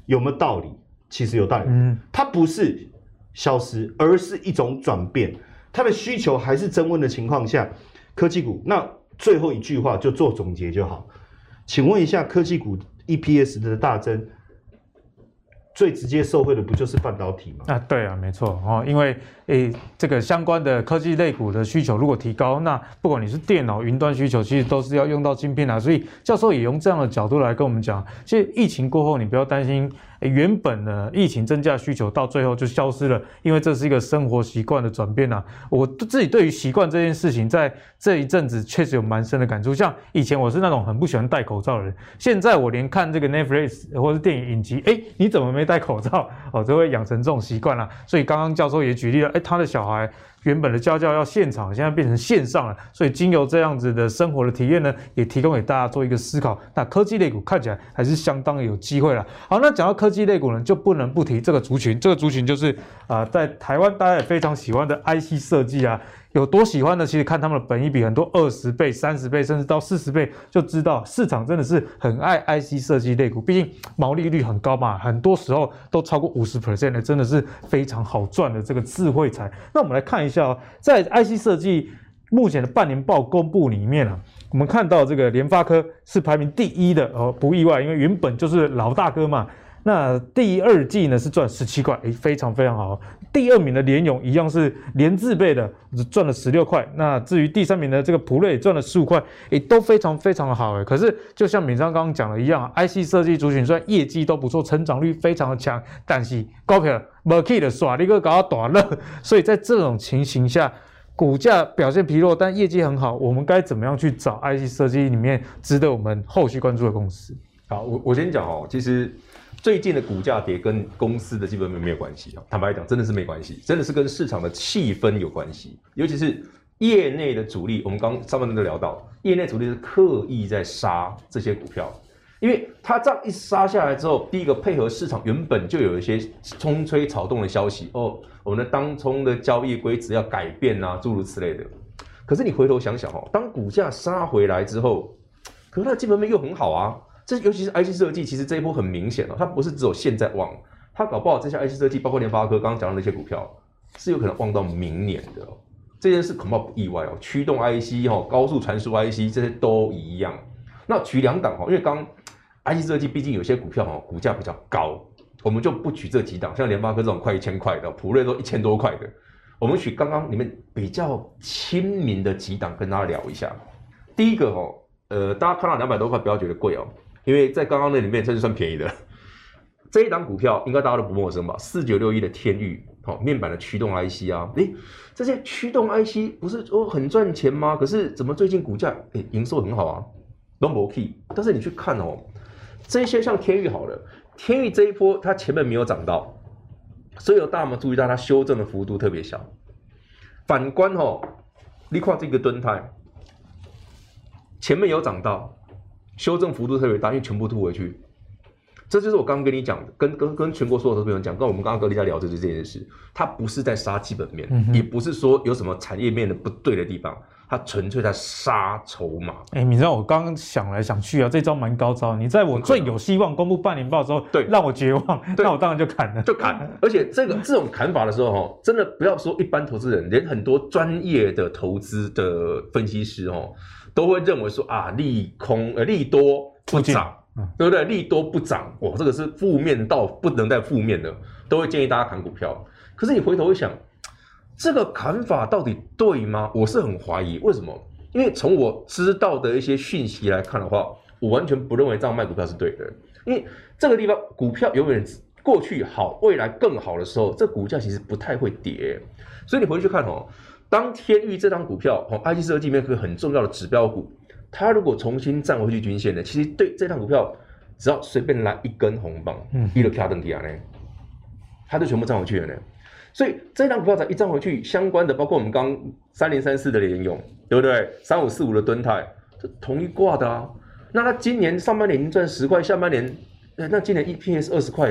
有没有道理？其实有道理，它不是消失，而是一种转变。它的需求还是增温的情况下，科技股那最后一句话就做总结就好。请问一下，科技股 EPS 的大增，最直接受惠的不就是半导体吗？ 啊，对啊，没错哦，因为这个相关的科技类股的需求如果提高，那不管你是电脑、云端需求，其实都是要用到晶片啊。所以教授也用这样的角度来跟我们讲，其实疫情过后，你不要担心。原本呢，疫情增加需求到最后就消失了，因为这是一个生活习惯的转变啊。我自己对于习惯这件事情，在这一阵子确实有蛮深的感触。像以前我是那种很不喜欢戴口罩的人，现在我连看这个 Netflix 或是电影影集，你怎么没戴口罩？哦，就会养成这种习惯啦。所以刚刚教授也举例了，他的小孩原本的家教要现场，现在变成线上了。所以经由这样子的生活的体验呢，也提供给大家做一个思考。那科技类股看起来还是相当有机会啦。好，那讲到科技类股呢，就不能不提这个族群。这个族群就是在台湾大家也非常喜欢的 IC 设计啊。有多喜欢呢？其实看他们的本益比很多20倍、30倍，甚至到40倍，就知道市场真的是很爱 IC 设计类股。毕竟毛利率很高嘛，很多时候都超过50% 的，真的是非常好赚的这个智慧财。那我们来看一下在 IC 设计目前的半年报公布里面我们看到这个联发科是排名第1的不意外，因为原本就是老大哥嘛。那第2季呢是赚17块，非常非常好。第2名的联咏一样是连字辈的，赚了16块。那至于第3名的这个普瑞赚了15块，都非常非常的好。可是就像敏章刚刚讲的一样，IC 设计族群虽然业绩都不错，成长率非常的强，但是股票没起的耍，你个搞到大热，所以在这种情形下，股价表现疲弱，但业绩很好，我们该怎么样去找 IC 设计里面值得我们后续关注的公司？ 好，我先讲其实最近的股价跌跟公司的基本面没有关系坦白讲，真的是没关系，真的是跟市场的气氛有关系。尤其是业内的主力，我们刚上半段都聊到，业内主力是刻意在杀这些股票，因为它这样一杀下来之后，第一个配合市场原本就有一些冲吹草动的消息我们的当冲的交易规则要改变诸如此类的。可是你回头想想当股价杀回来之后，可是它的基本面又很好啊。这尤其是 IC 设计，其实这一波很明显它不是只有现在旺，它搞不好这些 IC 设计，包括联发科刚刚讲的那些股票，是有可能旺到明年的这件事恐怕不意外驱动 IC高速传输 IC 这些都一样。那举2档因为刚 IC 设计毕竟有些股票股价比较高，我们就不举这几档，像联发科这种快1000块的，普瑞都1000多块的，我们举刚刚里面比较亲民的几档跟大家聊一下。第一个大家看到200多块不要觉得贵因为在刚刚那里面这是算便宜的。这一档股票应该大家都不陌生吧？4961的天钰面板的驱动 IC 这些驱动 IC 不是很赚钱吗？可是怎么最近股价营收很好都没起。但是你去看这些像天钰好了，天钰这一波它前面没有涨到，所以大家有没有注意到它修正的幅度特别小？反观你看这个敦泰，前面有涨到。修正幅度特别大，因为全部吐回去，这就是我刚刚跟你讲的，跟全国所有投资朋友讲，跟我们刚刚跟大家聊这件事，它不是在杀基本面，也不是说有什么产业面的不对的地方，它纯粹在杀筹码。 你知道我刚刚想来想去这招蛮高招。你在我最有希望公布半年报的时候，对，让我绝望，那我当然就砍了， 就砍。而且这种砍法的时候，真的不要说一般投资人，连很多专业的投资的分析师都会认为说利多不涨，对不对？利多不涨，哇，这个是负面到不能再负面的，都会建议大家砍股票。可是你回头一想，这个砍法到底对吗？我是很怀疑。为什么？因为从我知道的一些讯息来看的话，我完全不认为这样卖股票是对的。因为这个地方股票永远过去好，未来更好的时候，这股价其实不太会跌。所以你回去看当天钰这张股票IC 设计里面一个很重要的指标股，它如果重新站回去均线呢，其实对这张股票只要随便来一根红棒，一路卡登起来呢，它就全部站回去了呢。所以这张股票才一站回去，相关的包括我们刚3034的联咏，对不对？3545的敦泰，这同一挂的那它今年上半年已经赚10块，下半年那今年 EPS 20块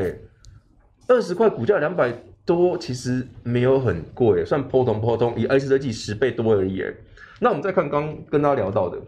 ，20块股价200多，其实没有很贵，算普通，以IC设计10倍多而已。那我们再看刚跟大家聊到的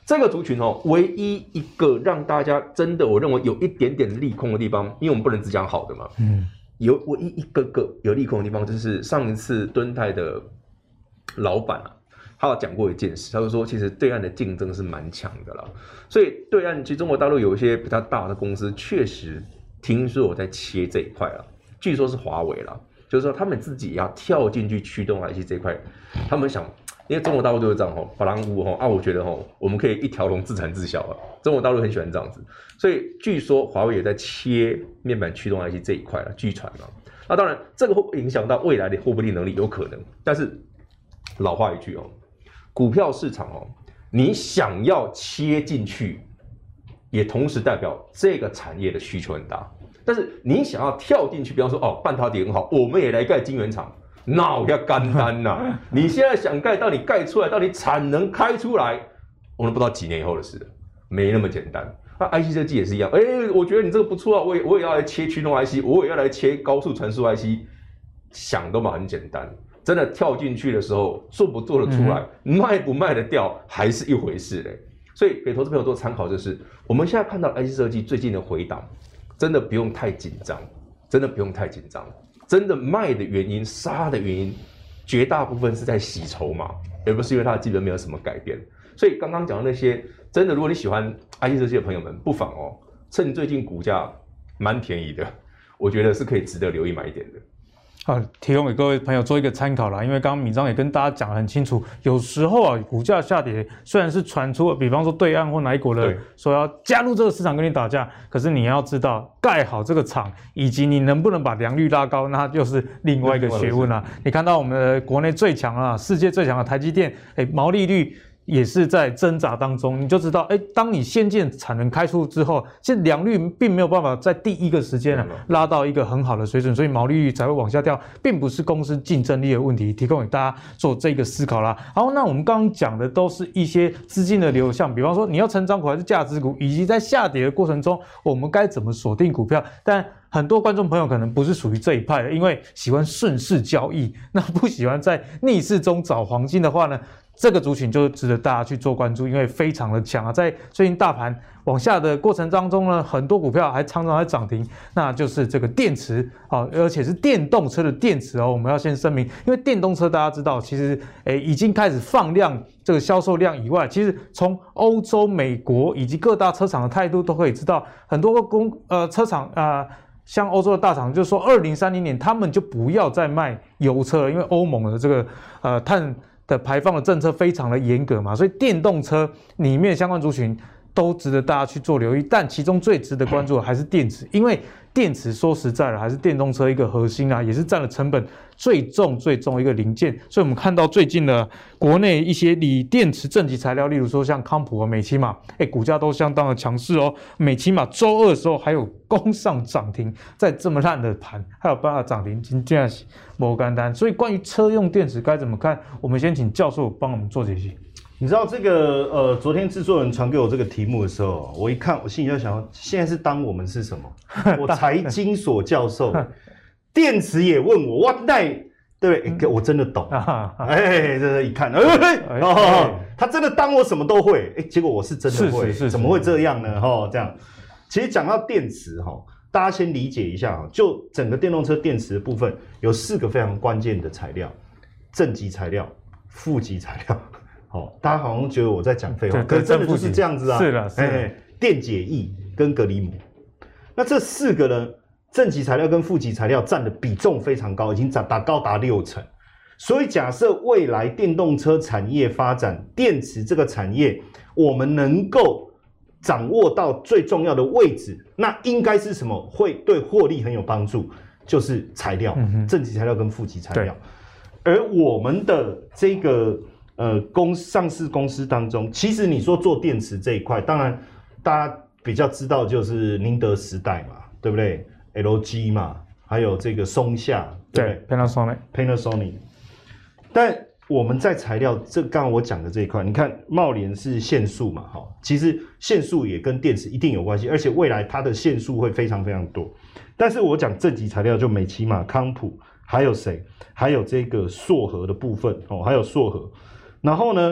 这个族群哦，唯一一个让大家真的我认为有一点点利空的地方，因为我们不能只讲好的嘛，有唯一一个有利空的地方，就是上一次敦泰的老板啊，他有讲过一件事，他就说其实对岸的竞争是蛮强的啦，所以对岸其实中国大陆有一些比较大的公司，确实听说我在切这一块啊，据说是华为啦，就是说他们自己也要跳进去驱动 IC 这一块，他们想。因为中国大陆就是这样吼，法郎屋吼啊，我觉得吼，我们可以一条龙自产自销啊。中国大陆很喜欢这样子，所以据说华为也在切面板驱动 IC 这一块了，据传嘛。那当然，这个会影响到未来的获利能力，有可能。但是老话一句哦，股票市场哦，你想要切进去，也同时代表这个产业的需求很大。但是你想要跳进去，比方说哦，半导体很好，我们也来盖晶圆厂。那要干单呐！你现在想盖，到底盖出来，到底产能开出来，我们不知道几年以后的事了，没那么简单。那 IC 设计也是一样，我觉得你这个不错啊，我也要来切驱动 IC， 我也要来切高速传输 IC， 想都嘛很简单，真的跳进去的时候，做不做得出来，卖不卖得掉，还是一回事嘞。所以给投资朋友做参考，就是我们现在看到 IC 设计最近的回档，真的不用太紧张，真的不用太紧张。真的卖的原因、杀的原因，绝大部分是在洗筹码，而不是因为它的基本没有什么改变。所以刚刚讲的那些，真的，如果你喜欢 IC 设计的朋友们，不妨哦，趁最近股价蛮便宜的，我觉得是可以值得留意买一点的。 提供给各位朋友做一个参考啦，因为刚刚闵章也跟大家讲得很清楚，有时候啊，股价下跌虽然是传出，比方说对岸或哪一国的说要加入这个市场跟你打架，可是你要知道盖好这个厂，以及你能不能把良率拉高，那就是另外一个学问啦。你看到我们的国内最强啊，世界最强的台积电，毛利率也是在挣扎当中，你就知道，当你先见产能开出之后，其实良率并没有办法在第一个时间拉到一个很好的水准，所以毛利率才会往下掉，并不是公司竞争力的问题，提供给大家做这个思考啦。好，那我们刚刚讲的都是一些资金的流向，比方说你要成长股还是价值股，以及在下跌的过程中，我们该怎么锁定股票，但很多观众朋友可能不是属于这一派的，因为喜欢顺势交易，那不喜欢在逆势中找黄金的话呢，这个族群就值得大家去做关注，因为非常的强啊！在最近大盘往下的过程当中呢，很多股票还常常在涨停，那就是这个电池啊，而且是电动车的电池哦。我们要先声明，因为电动车大家知道，其实已经开始放量，这个销售量以外，其实从欧洲、美国以及各大车厂的态度都可以知道，很多车厂像欧洲的大厂就说，2030年他们就不要再卖油车了，因为欧盟的这个碳的排放的政策非常的严格嘛，所以电动车里面相关族群都值得大家去做留意，但其中最值得关注的还是电池，因为电池说实在的还是电动车一个核心啊，也是占了成本最重的一个零件，所以我们看到最近的国内一些锂电池正极材料，例如说像康普和美琪玛，股价都相当的强势哦。美琪玛周二的时候还有攻上涨停，在这么烂的盘还有办法涨停，真的是不简单。所以关于车用电池该怎么看，我们先请教授帮我们做解析。 你知道这个昨天制作人传给我这个题目的时候，我一看，我心里就想，现在是当我们是什么？我财经所教授，电池也问我，哇，对不对？我真的懂，这一看，他真的当我什么都会，结果我是真的会，怎么会这样呢？这样，其实讲到电池大家先理解一下，就整个电动车电池的部分，有4个非常关键的材料：正极材料、负极材料。大家好像觉得我在讲废话，可是真的就是这样子啊。 是的， 电解液跟隔离膜，那这4个呢，正极材料跟负极材料占的比重非常高，已经高达60%。所以假设未来电动车产业发展，电池这个产业我们能够掌握到最重要的位置，那应该是什么？会对获利很有帮助，就是材料，正极材料跟负极材料。而我们的这个上市公司当中，其实你说做电池这一块，当然大家比较知道就是宁德时代嘛，对不对 ？LG 嘛，还有这个松下，对 ，Panasonic。但我们在材料，刚刚我讲的这一块，你看茂联是线束嘛，其实线束也跟电池一定有关系，而且未来它的线束会非常非常多。但是我讲正极材料就美琪玛、康普，还有谁？还有这个硕和的部分还有硕和。然后呢，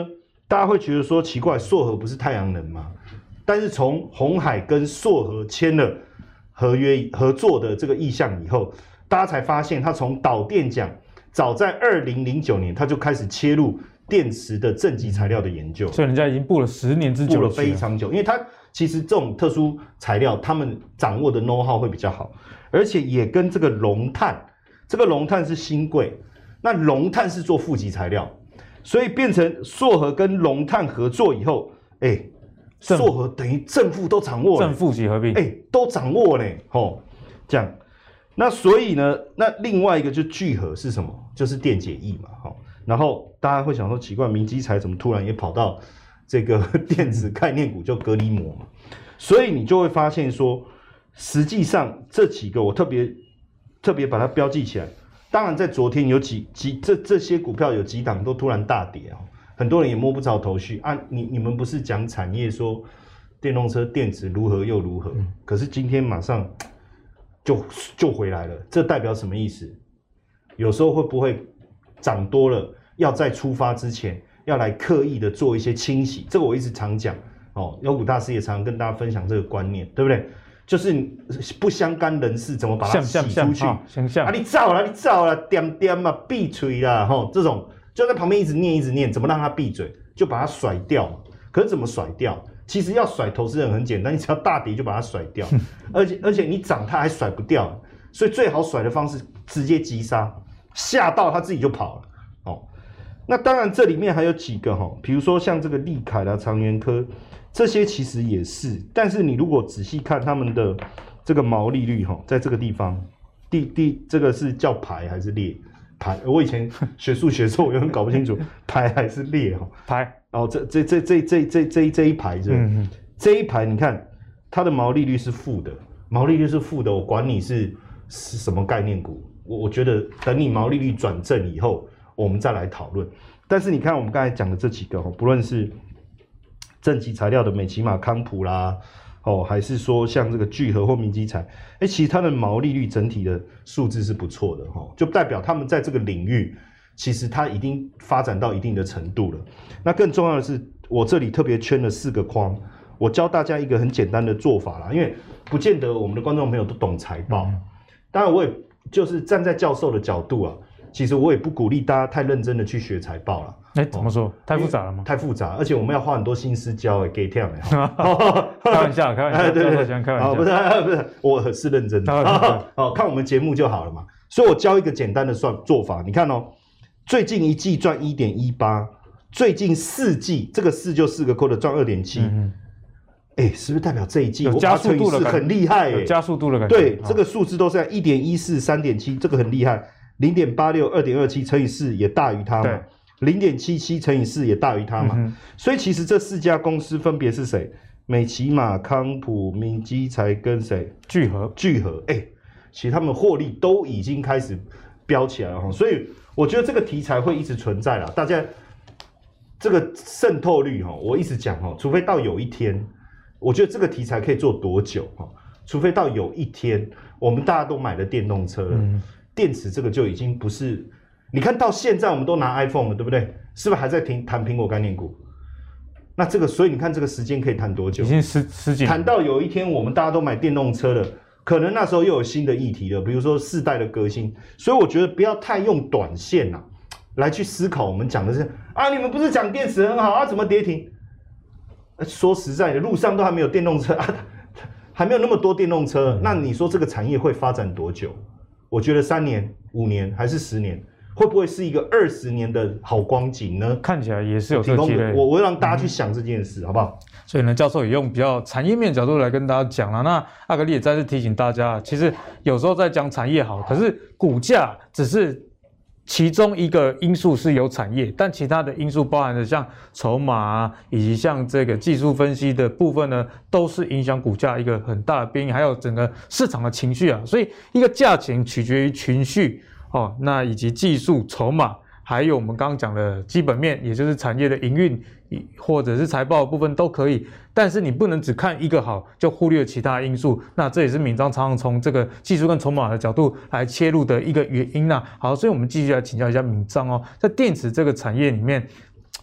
大家会觉得说奇怪，硕禾不是太阳能吗？但是从鸿海跟硕禾签了合作的这个意向以后，大家才发现，他从导电奖早在2009年他就开始切入电池的正极材料的研究， 所以人家已经布了10年之久， 布了非常久，因为他其实这种特殊材料，他们掌握的 know how 会比较好，而且也跟这个龙碳，这个龙碳是新贵，那龙碳是做负极材料，所以变成硕禾跟龙碳合作以后，硕禾等于正负都掌握了， 正负极合并， 都掌握嘞，这样。那所以呢，那另外一个就聚合是什么？就是电解液嘛，然后大家会想说奇怪，明基材怎么突然也跑到这个电子概念股就隔离膜嘛？所以你就会发现说，实际上这几个我特别把它标记起来。当然，在昨天有这些股票有几档都突然大跌哦，很多人也摸不着头绪啊。你们不是讲产业说电动车电池如何又如何，可是今天马上就回来了，这代表什么意思？有时候会不会涨多了，要在出发之前要来刻意的做一些清洗？这个我一直常讲哦，妖股大师也常跟大家分享这个观念，对不对？就是不相干人士怎么把它洗出去？你造了，点嘛，闭嘴啦，这种就在旁边一直念，怎么让他闭嘴？就把它甩掉嘛。可是怎么甩掉？其实要甩投资人很简单，你只要大跌就把它甩掉，而且你涨它还甩不掉，所以最好甩的方式直接急杀，吓到它自己就跑了。那当然这里面还有几个比如说像这个利凯啦、长源科。这些其实也是，但是你如果仔细看他们的这个毛利率在这个地方，这个是叫排还是列？排，我以前学数学的时候我有点搞不清楚排还是列排。 然后这一排这一排你看它的毛利率是负的，我管你是什么概念股，我觉得等你毛利率转正以后，我们再来讨论。但是你看我们刚才讲的这几个不论是正极材料的美琪玛、康普啦，还是说像这个聚合或明基材，其实它的毛利率整体的数字是不错的就代表他们在这个领域，其实它已经发展到一定的程度了。那更重要的是，我这里特别圈了4个框，我教大家一个很简单的做法啦，因为不见得我们的观众朋友都懂财报，当然我也就是站在教授的角度啊，其实我也不鼓励大家太认真的去学财报啦。 怎么说？太复杂了吗？ 太复杂，而且我们要花很多心思教给跳的。 开玩笑，对，喜欢开玩笑。 不是，我是认真的。看我们节目就好了嘛。所以我教一个简单的做法，你看最近1季赚 1.18， 最近4季，这个4就4个 quarter 赚 2.7，是不是代表这一季有加速度了？ 很厉害有加速度的感觉。 对，这个数字都是在 1.14、3.7， 这个很厉害。0.86、2.27乘以4也大于它嘛。0.77乘以4也大于它嘛，所以其实这4家公司分别是谁？美琪玛、康普、明基材跟谁？聚合，其实他们获利都已经开始飙起来了，所以我觉得这个题材会一直存在啦。大家这个渗透率我一直讲除非到有一天，我觉得这个题材可以做多久除非到有一天我们大家都买了电动车了，电池这个就已经不是。你看到现在我们都拿 iPhone 了，对不对？是不是还在谈苹果概念股？那这个，所以你看这个时间可以谈多久？ 已经十几年。 谈到有一天我们大家都买电动车了，可能那时候又有新的议题了，比如说世代的革新。所以我觉得不要太用短线来去思考。我们讲的是你们不是讲电池很好怎么跌停？说实在的，路上都还没有电动车还没有那么多电动车，那你说这个产业会发展多久？我觉得3年、5年还是10年。会不会是一个20年的好光景呢？ 看起来也是有这个机会。 我会让大家去想这件事，好不好？ 所以呢，教授也用比较产业面的角度来跟大家讲了。那阿格力也再次提醒大家，其实有时候在讲产业好，可是股价只是其中一个因素是有产业，但其他的因素包含的像筹码以及像这个技术分析的部分呢，都是影响股价一个很大的变因，还有整个市场的情绪啊。所以一个价钱取决于情绪。那以及技术、筹码，还有我们刚刚讲的基本面，也就是产业的营运或者是财报的部分都可以，但是你不能只看一个好就忽略其他因素。那这也是闵漳常常从这个技术跟筹码的角度来切入的一个原因好，所以我们继续来请教一下闵漳在电池这个产业里面，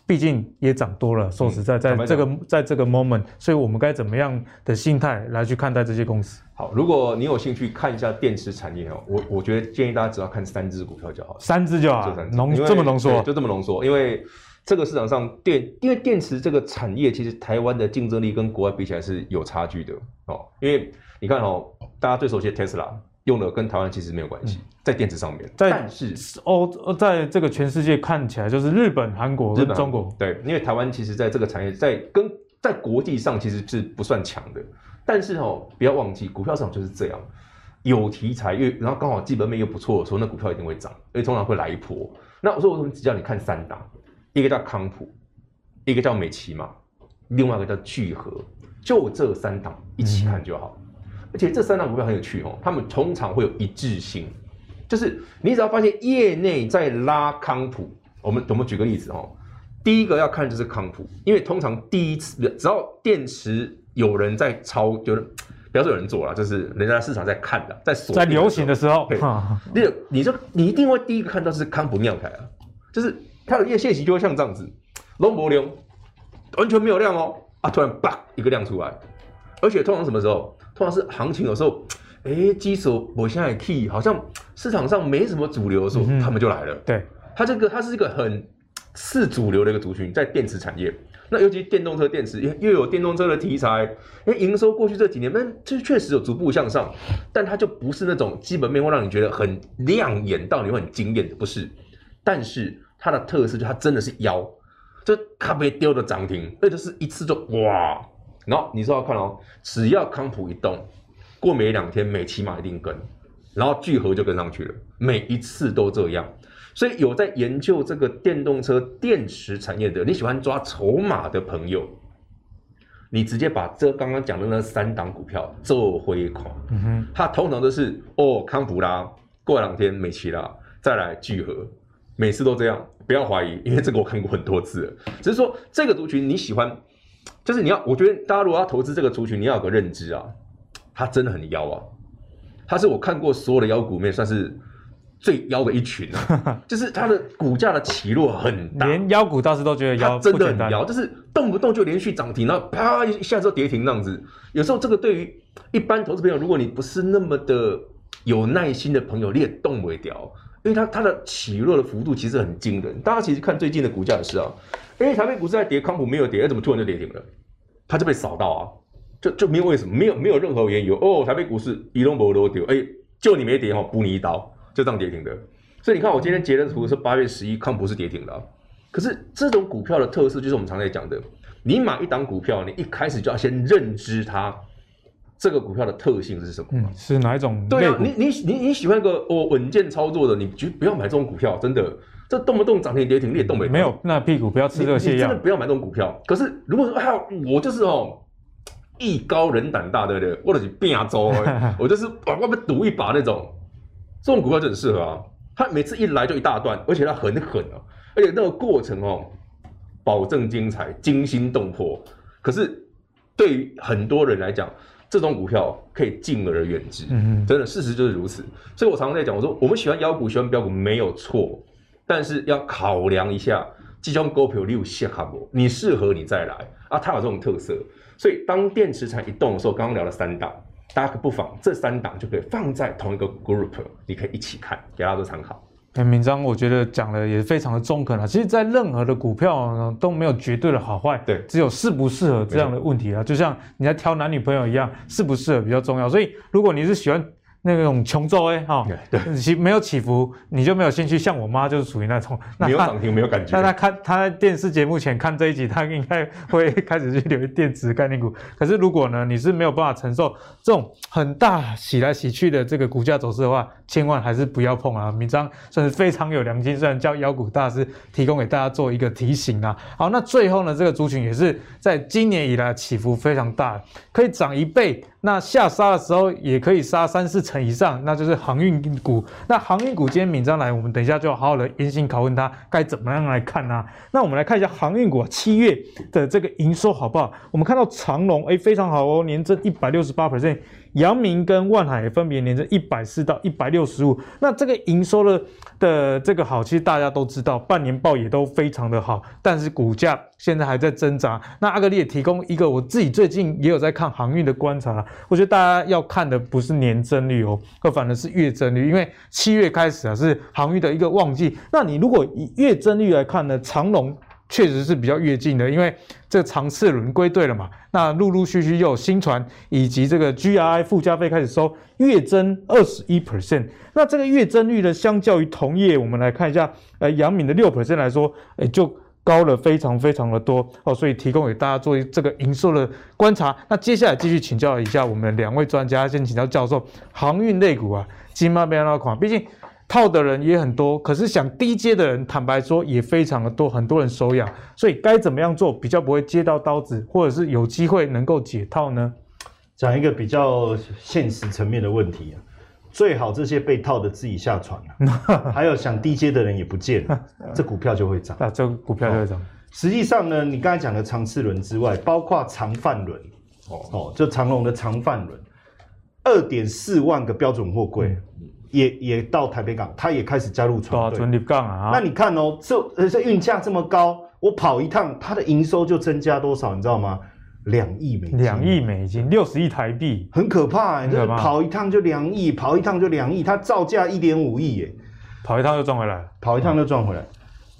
毕竟也涨多了，说实在，在这个 moment， 所以我们该怎么样的心态来去看待这些公司？ 好，如果你有兴趣看一下电池产业哦，我觉得建议大家只要看3只股票就好，3 只就好，这么浓缩， 就这么浓缩，因为这个市场上因为电池这个产业，其实台湾的竞争力跟国外比起来是有差距的哦，因为你看哦，大家最熟悉的 Tesla。用的跟台湾其实没有关系，在电池上面，但是在这个全世界看起来就是日本、韩国跟中国， 对，因为台湾其实在这个产业在国际上其实是不算强的，但是不要忘记股票市场就是这样，有题材，然后刚好基本面又不错的时候，那股票一定会涨，而且通常会来一波。那我说为什么只叫你看3档，一个叫康普，一个叫美琪玛，另外一个叫聚合，就这3档一起看就好。而且这3档股票很有趣哦，他们通常会有一致性，就是你只要发现业内在拉康普，我们举个例子哦，第一个要看就是康普，因为通常第一次只要电池有人在就是不要说有人做啦，就是人家市场在看的，在流行的时候， 你一定会第一个看到是康普尿开啊，就是它的业绩就会像这样子，拢无量，完全没有量哦，突然叭一个量出来，而且通常什么时候？通常是行情有时候，基手我现在 key 好像市场上没什么主流的时候，他们就来了。 对， 它是一个很次主流的一个族群，在电池产业。那尤其电动车电池，又有电动车的题材，营收过去这几年，这确实有逐步向上，但它就不是那种基本面会让你觉得很亮眼到你会很惊艳的，不是。但是它的特色就是它真的是腰，就咖啡丢的涨停，那就是一次就哇。然后你说要看哦，只要康普一动，过没2天，美琪玛一定跟，然后聚合就跟上去了，每一次都这样。所以有在研究这个电动车电池产业的，你喜欢抓筹码的朋友，你直接把这刚刚讲的那3档股票做回款，它通常都是康普啦，过2天美琪啦，再来聚合，每次都这样，不要怀疑，因为这个我看过很多次了。只是说这个族群你喜欢。就是我觉得大家如果要投资这个族群，你要有个认知啊，它真的很妖啊，它是我看过所有的妖股里面算是最妖的一群啊，就是它的股价的起落很大， 连妖股大师都觉得妖， 真的很妖，就是动不动就连续涨停，然后啪一下就跌停那样子。有时候这个对于一般投资朋友，如果你不是那么的有耐心的朋友，你也动不了。因为它的起落的幅度其实很惊人，大家其实看最近的股价也是啊，台北股市在跌，康普没有跌，怎么突然就跌停了？它就被扫到啊，就没有为什么，没有任何原因台北股市一动不落丢，就你没跌补你一刀，就这样跌停的。所以你看我今天截的图是8月11，康普是跌停的可是这种股票的特色就是我们常在讲的，你买一档股票，你一开始就要先认知它。这个股票的特性是什么？ 是哪一种？ 对啊，你喜欢一个稳健操作的，你就不要买这种股票，真的，这动不动涨停跌停，你也动不了。 没有那屁股不要吃这个泻药， 你真的不要买这种股票。可是如果说我就是艺高人胆大，对不对？或者是变周，我就是我被赌一把那种，这种股票就很适合啊。它每次一来就一大段，而且它很狠啊，而且那个过程保证精彩、惊心动魄。可是对于很多人来讲，这种股票可以敬而远之，真的，事实就是如此。所以我常常在讲，我说我们喜欢妖股、喜欢标股没有错，但是要考量一下，这种股票你有适合不？你适合你再来啊，它有这种特色。所以当电池产一动的时候，刚刚聊了3档，大家不妨这3档就可以放在同一个 group， 你可以一起看，给大家做参考。 明章我觉得讲的也非常的中肯其实在任何的股票呢都没有绝对的好坏， 对， 只有适不适合这样的问题就像你在挑男女朋友一样，适不适合比较重要。所以如果你是喜欢那种穷咒对，没有起伏，你就没有兴趣。像我妈就是属于那种， 没有涨停，没有感觉。 那她在电视节目前看这一集，她应该会开始去留意电池概念股。可是如果呢，你是没有办法承受这种很大洗来洗去的这个股价走势的话，千万还是不要碰明章算是非常有良心，虽然叫妖股大师提供给大家做一个提醒好，那最后呢，这个族群也是在今年以来起伏非常大，可以涨1倍。那下杀的时候也可以杀3-4成以上，那就是航运股。那航运股今天敏章来，我们等一下就好好的严刑拷问他该怎么样来看那我们来看一下航运股7月的这个营收好不好？我们看到长荣非常好年增168%， 阳明跟万海也分别年增140到165。那这个营收的这个好，其实大家都知道，半年报也都非常的好，但是股价现在还在挣扎。那阿格力也提供一个我自己最近也有在看航运的观察，我觉得大家要看的不是年增率哦，而反而是月增率，因为7月开始是航运的一个旺季。那你如果以月增率来看呢，长荣确实是比较跃进的，因为这长次轮归队了嘛，那陆陆续续又有新船以及这个 GRI 附加费开始收，月增21%。那这个月增率呢，相较于同业，我们来看一下，阳明的6% 来说，就高了非常非常的多哦，所以提供给大家做这个营收的观察。那接下来继续请教一下我们2位专家，先请教教授，航运类股啊，今嘛变那款，毕竟套的人也很多，可是想低阶的人，坦白说也非常的多，很多人手痒，所以该怎么样做比较不会接到刀子，或者是有机会能够解套呢？ 讲一个比较现实层面的问题啊，最好这些被套的自己下船了，还有想低阶的人也不见了，这股票就会涨。 这股票就会涨。 实际上呢，你刚才讲的长次轮之外，包括长泛轮，就长荣的长泛轮，2.4万个标准货柜。也到台北港，他也开始加入船队。 船入港啊！ 那你看哦，这运价这么高，我跑一趟，它的营收就增加多少，你知道吗？2亿美金。 2亿美金，60亿台币， 很可怕欸，就是跑一趟就2亿，跑一趟就2亿，它造价1.5亿耶， 跑一趟就赚回来了， 跑一趟就赚回来。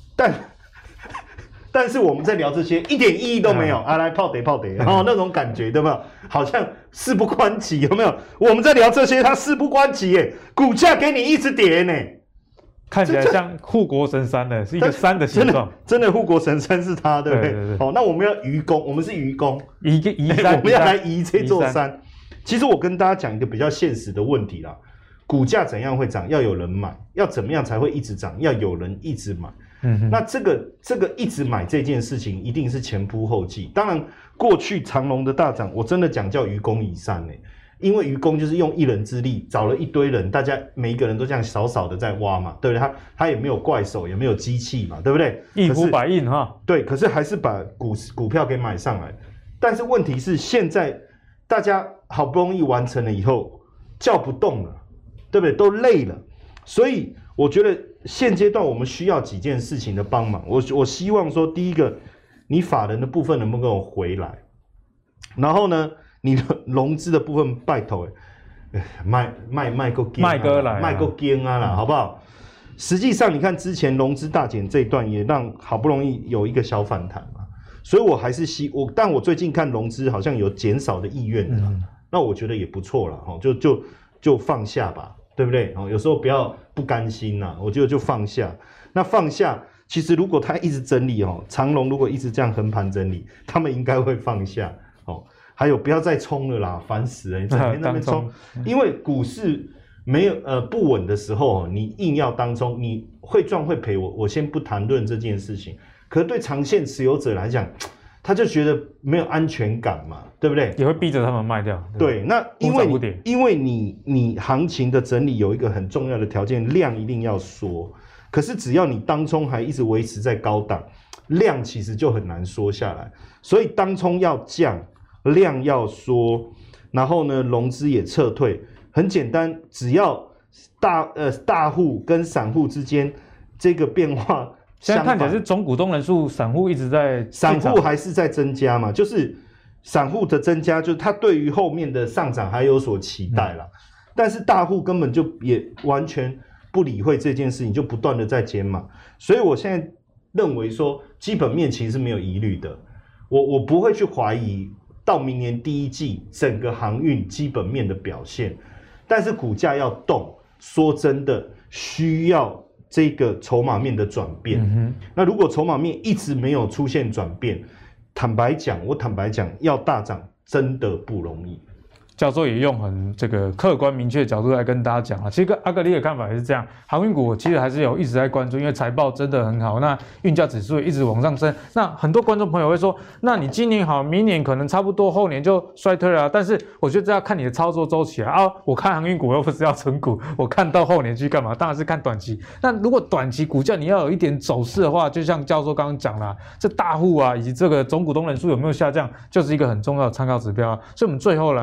但是我们在聊这些一点意义都没有啊！来泡得，然后那种感觉，对没有？好像事不关己，有没有？我们在聊这些，它事不关己耶，股价给你一直跌呢， 看起来像护国神山的，是一个山的形状。 真的护国神山是它，对不对？ 对。 好，那我们要移工，我们是愚公， 移山， 我们要来移这座山。其实我跟大家讲一个比较现实的问题啦，股价怎样会涨？要有人买，要怎么样才会一直涨？要有人一直买。那这个一直买这件事情，一定是前仆后继。当然，过去长荣的大涨，我真的讲叫愚公移山呢，因为愚公就是用一人之力找了一堆人，大家每一个人都这样少少的在挖嘛，对不对？他也没有怪手，也没有机器嘛，对不对？ 一呼百应哈。 对，可是还是把股票给买上来。但是问题是，现在大家好不容易完成了以后，叫不动了，对不对？都累了，所以我觉得现阶段我们需要几件事情的帮忙。我希望说，第一个，你法人的部分能不能回来？然后呢，你的融资的部分拜托，卖够坚， 卖哥来， 卖够坚啊啦，好不好？实际上，你看之前融资大减这一段，也让好不容易有一个小反弹嘛，所以我还是但我最近看融资好像有减少的意愿的，那我觉得也不错了，就放下吧。对不对？有时候不甘心呐，我觉得就放下。那放下，其实如果他一直整理长荣如果一直这样横盘整理，他们应该会放下。还有不要再冲了啦，烦死了！你整天在那边冲，因为股市没有不稳的时候，你硬要当冲，你会赚会赔。我先不谈论这件事情，可是对长线持有者来讲，他就觉得没有安全感嘛，对不对？ 也会逼着他们卖掉。 对，那因为你行情的整理有一个很重要的条件，量一定要缩。可是只要你当冲还一直维持在高档，量其实就很难缩下来。所以当冲要降，量要缩，然后呢融资也撤退，很简单，只要大户跟散户之间这个变化。 现在看起来是总股东人数，散户一直在， 散户还是在增加嘛？就是散户的增加，就是他对于后面的上涨还有所期待啦。但是大户根本就也完全不理会这件事情，就不断的在减码。所以我现在认为说，基本面其实是没有疑虑的。我不会去怀疑到明年第一季整个航运基本面的表现，但是股价要动，说真的需要这个筹码面的转变。那如果筹码面一直没有出现转变，坦白讲，要大涨真的不容易。 教授也用很这个客观明确的角度来跟大家讲啊，其实跟阿格力的看法也是这样，航运股其实还是有一直在关注，因为财报真的很好，那运价指数也一直往上升。那很多观众朋友会说，那你今年好，明年可能差不多，后年就衰退了啊。但是我觉得这要看你的操作周期啊。我看航运股又不是要存股，我看到后年去干嘛？当然是看短期。那如果短期股价你要有一点走势的话，就像教授刚刚讲了，这大户啊以及这个总股东人数有没有下降，就是一个很重要的参考指标啊。所以我们最后来请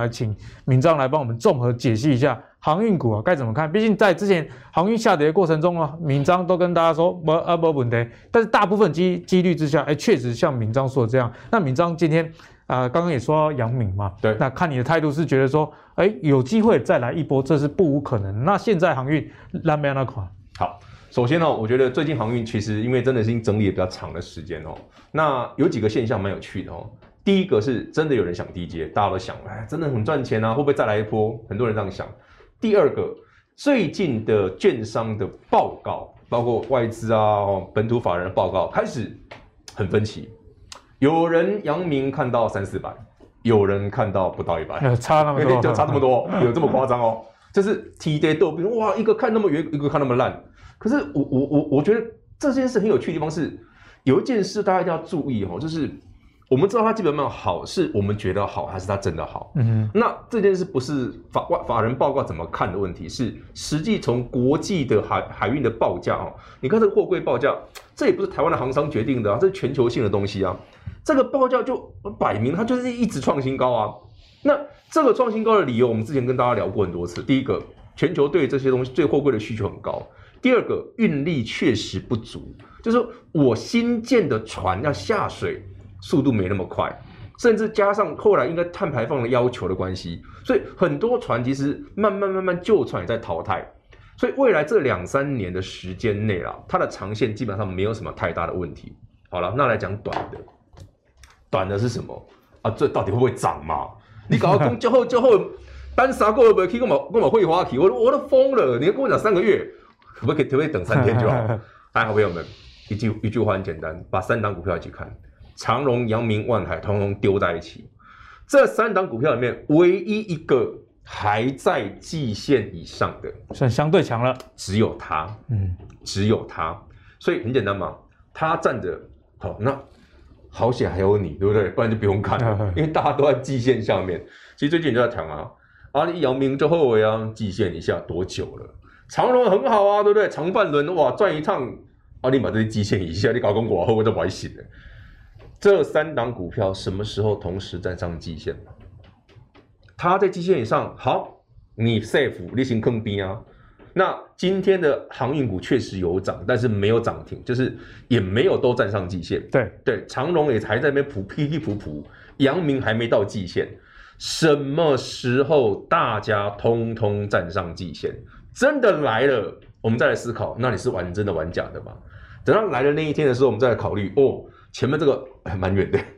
闵章来帮我们综合解析一下航运股啊该怎么看。毕竟在之前航运下跌的过程中啊，闵章都跟大家说没问题，但是大部分几率之下，确实像闵章说的这样。那闵章今天刚刚也说阳明嘛， 对， 那看你的态度是觉得说，有机会再来一波，这是不无可能。那现在航运烂没那款？ 好，首先我觉得最近航运其实因为真的是整理了比较长的时间那有几个现象蛮有趣的第一个是真的有人想低接，大家都想，真的很赚钱啊，会不会再来一波？很多人这样想。第二个，最近的券商的报告，包括外资啊、本土法人的报告，开始很分歧。有人阳明看到300-400，有人看到不到100， 差那么多， 就差这么多，有这么夸张就是提跌斗兵，哇，一个看那么远，一个看那么烂。可是我觉得这件事很有趣的地方是，有一件事大家一定要注意就是我们知道它基本面好，是我们觉得好，还是它真的好？那这件事不是法人报告怎么看的问题，是实际从国际的海运的报价你看这个货柜报价，这也不是台湾的航商决定的这是全球性的东西这个报价就摆明它就是一直创新高那这个创新高的理由，我们之前跟大家聊过很多次。第一个，全球对这些东西对货柜的需求很高；第二个，运力确实不足，就是说我新建的船要下水速度没那么快，甚至加上后来因为碳排放的要求的关系，所以很多船其实慢慢旧船也在淘汰。所以未来这2-3年的时间内它的长线基本上没有什么太大的问题。好了，那来讲短的是什么这到底会不会涨嘛？你搞到最后单3个月没去，我们会花去，我都疯了。你跟我讲3个月，可不可以等3天就好？好朋友们，一句话很简单，把3档股票一起看，长荣、阳明、万海通通丢在一起。这3档股票里面，唯一一个还在季线以上的， 算相对强了， 只有它。只有它。所以很简单嘛，它站着好那。好险还有你，对不对？不然就不用看了，因为大家都在季线下面。其实最近就在讲你阳明就后尾季线以下多久了？长荣很好对不对？长范轮哇赚一趟你把这些季线以下，你搞公股后尾就不会醒了。这3档股票什么时候同时站上季线？它在季线以上，好，你 safe， 你先坑边那今天的航运股确实有涨，但是没有涨停，就是也没有都站上季线。对，长荣也还在那边噗，阳明还没到季线。什么时候大家通通站上季线？真的来了，我们再来思考，那你是玩真的玩假的吗？等到来的那一天的时候，我们再来考虑前面这个还蛮远的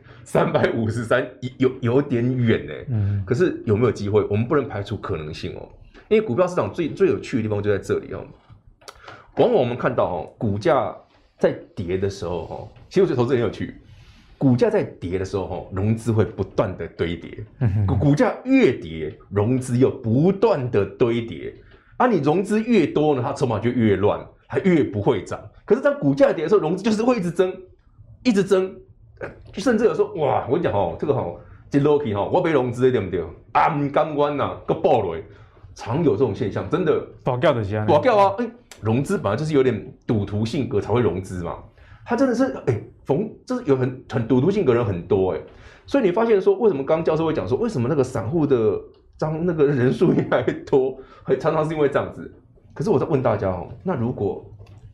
，353有点远可是有没有机会？我们不能排除可能性因为股票市场最有趣的地方就在这里往往我们看到股价在跌的时候其实我觉得投资很有趣，股价在跌的时候融资会不断的堆叠，股价越跌，融资又不断的堆叠你融资越多呢，它筹码就越乱，还越不会涨。可是当股价跌的时候，融资就是会一直增，甚至有时候哇，我跟你讲这个这 lucky 我被融资对不对？不甘愿个爆落。常有这种现象，真的保掉的钱， 保掉融资本来就是有点赌徒性格才会融资嘛，他真的是就是有很赌徒性格人很多所以你发现说，为什么刚刚教授会讲说，为什么那个散户的那个人数越来越多，常常是因为这样子。可是我在问大家那如果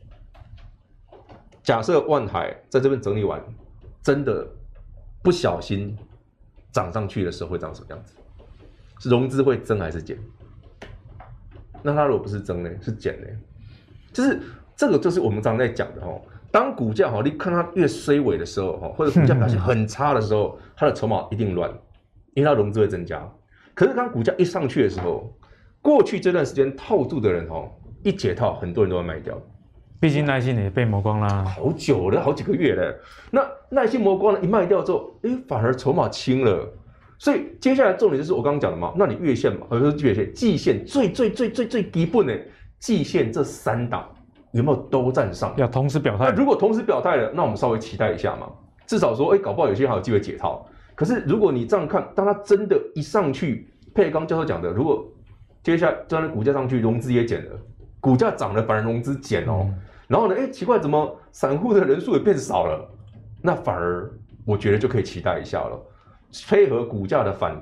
假设万海在这边整理完，真的不小心涨上去的时候，会长什么样子？是融资会增还是减？那它如果不是增呢，是减呢？就是这个，就是我们常常在讲的当股价你看它越衰尾的时候或者股价表现很差的时候，它的筹码一定乱，因为它融资会增加。可是当股价一上去的时候，过去这段时间套住的人一解套，很多人都会卖掉。 毕竟耐心也被磨光啦， 好久了，好几个月了。那耐心磨光了，一卖掉之后，反而筹码轻了。所以接下来重点就是我刚刚讲的嘛，那你月线嘛，或者是月线、季线最基本的季线这3档有没有都站上？ 要同时表态。 那如果同时表态了，那我们稍微期待一下嘛，至少说，搞不好有些人还有机会解套。可是如果你这样看，当它真的一上去，佩刚教授讲的，如果接下来真的股价上去，融资也减了，股价涨了反而融资减然后呢，奇怪，怎么散户的人数也变少了？那反而我觉得就可以期待一下了。配合股价的反弹，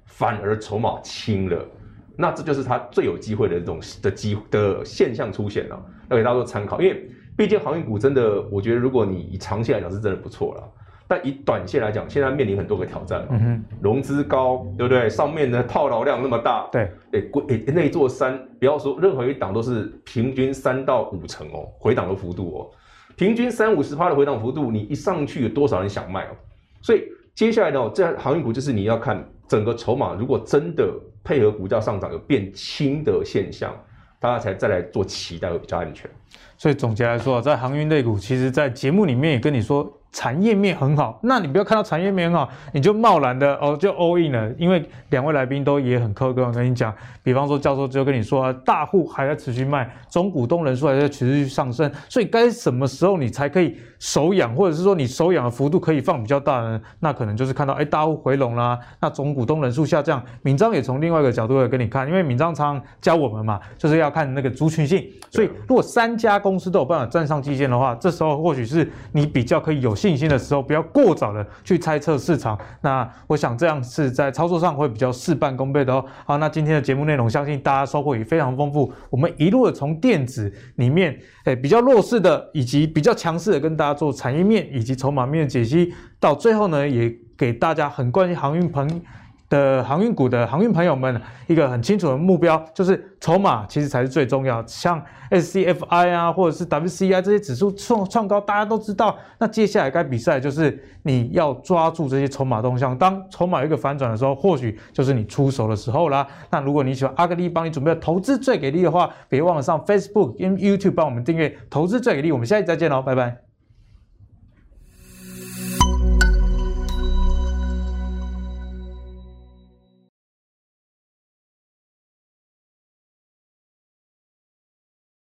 反而筹码轻了，那这就是它最有机会的这种的现象出现了，要给大家做参考。因为毕竟航运股真的，我觉得如果你以长线来讲是真的不错了，但以短线来讲，现在面临很多个挑战嘛，融资高，对不对？上面的套牢量那么大， 对， 那座山，不要说任何一档都是平均3到5成哦，回档的幅度哦，平均30-50%的回档幅度，你一上去有多少人想卖哦？所以接下来呢，这航运股就是你要看整个筹码，如果真的配合股价上涨有变轻的现象，大家才再来做期待会比较安全。 所以总结来说，在航运类股，其实在节目里面也跟你说，产业面很好，那你不要看到产业面很好，你就贸然的就 all in 了。因为2位来宾都也很客观跟你讲，比方说教授就跟你说，大户还在持续卖，总股东人数还在持续上升，所以该什么时候你才可以手痒，或者是说你手痒的幅度可以放比较大呢？那可能就是看到大户回笼啦，那总股东人数下降。闵漳也从另外一个角度来跟你看，因为闵漳常教我们嘛，就是要看那个族群性，所以如果3家公司都有办法站上季线的话，这时候或许是你比较可以有信心的时候，不要过早的去猜测市场。那我想这样是在操作上会比较事半功倍的哦。好，那今天的节目内容相信大家收获也非常丰富。我们一路的从电子里面比较弱势的，以及比较强势的跟大家做产业面以及筹码面的解析，到最后呢也给大家很关心航运股的航运朋友们一个很清楚的目标，就是筹码其实才是最重要。像 SCFI 啊，或者是 WCI 这些指数创高，大家都知道。那接下来该比赛就是你要抓住这些筹码动向，当筹码有一个反转的时候，或许就是你出手的时候啦。那如果你喜欢阿格力帮你准备的投资最给力的话，别忘了上 Facebook 跟 YouTube 帮我们订阅投资最给力。我们下期再见喽，拜拜。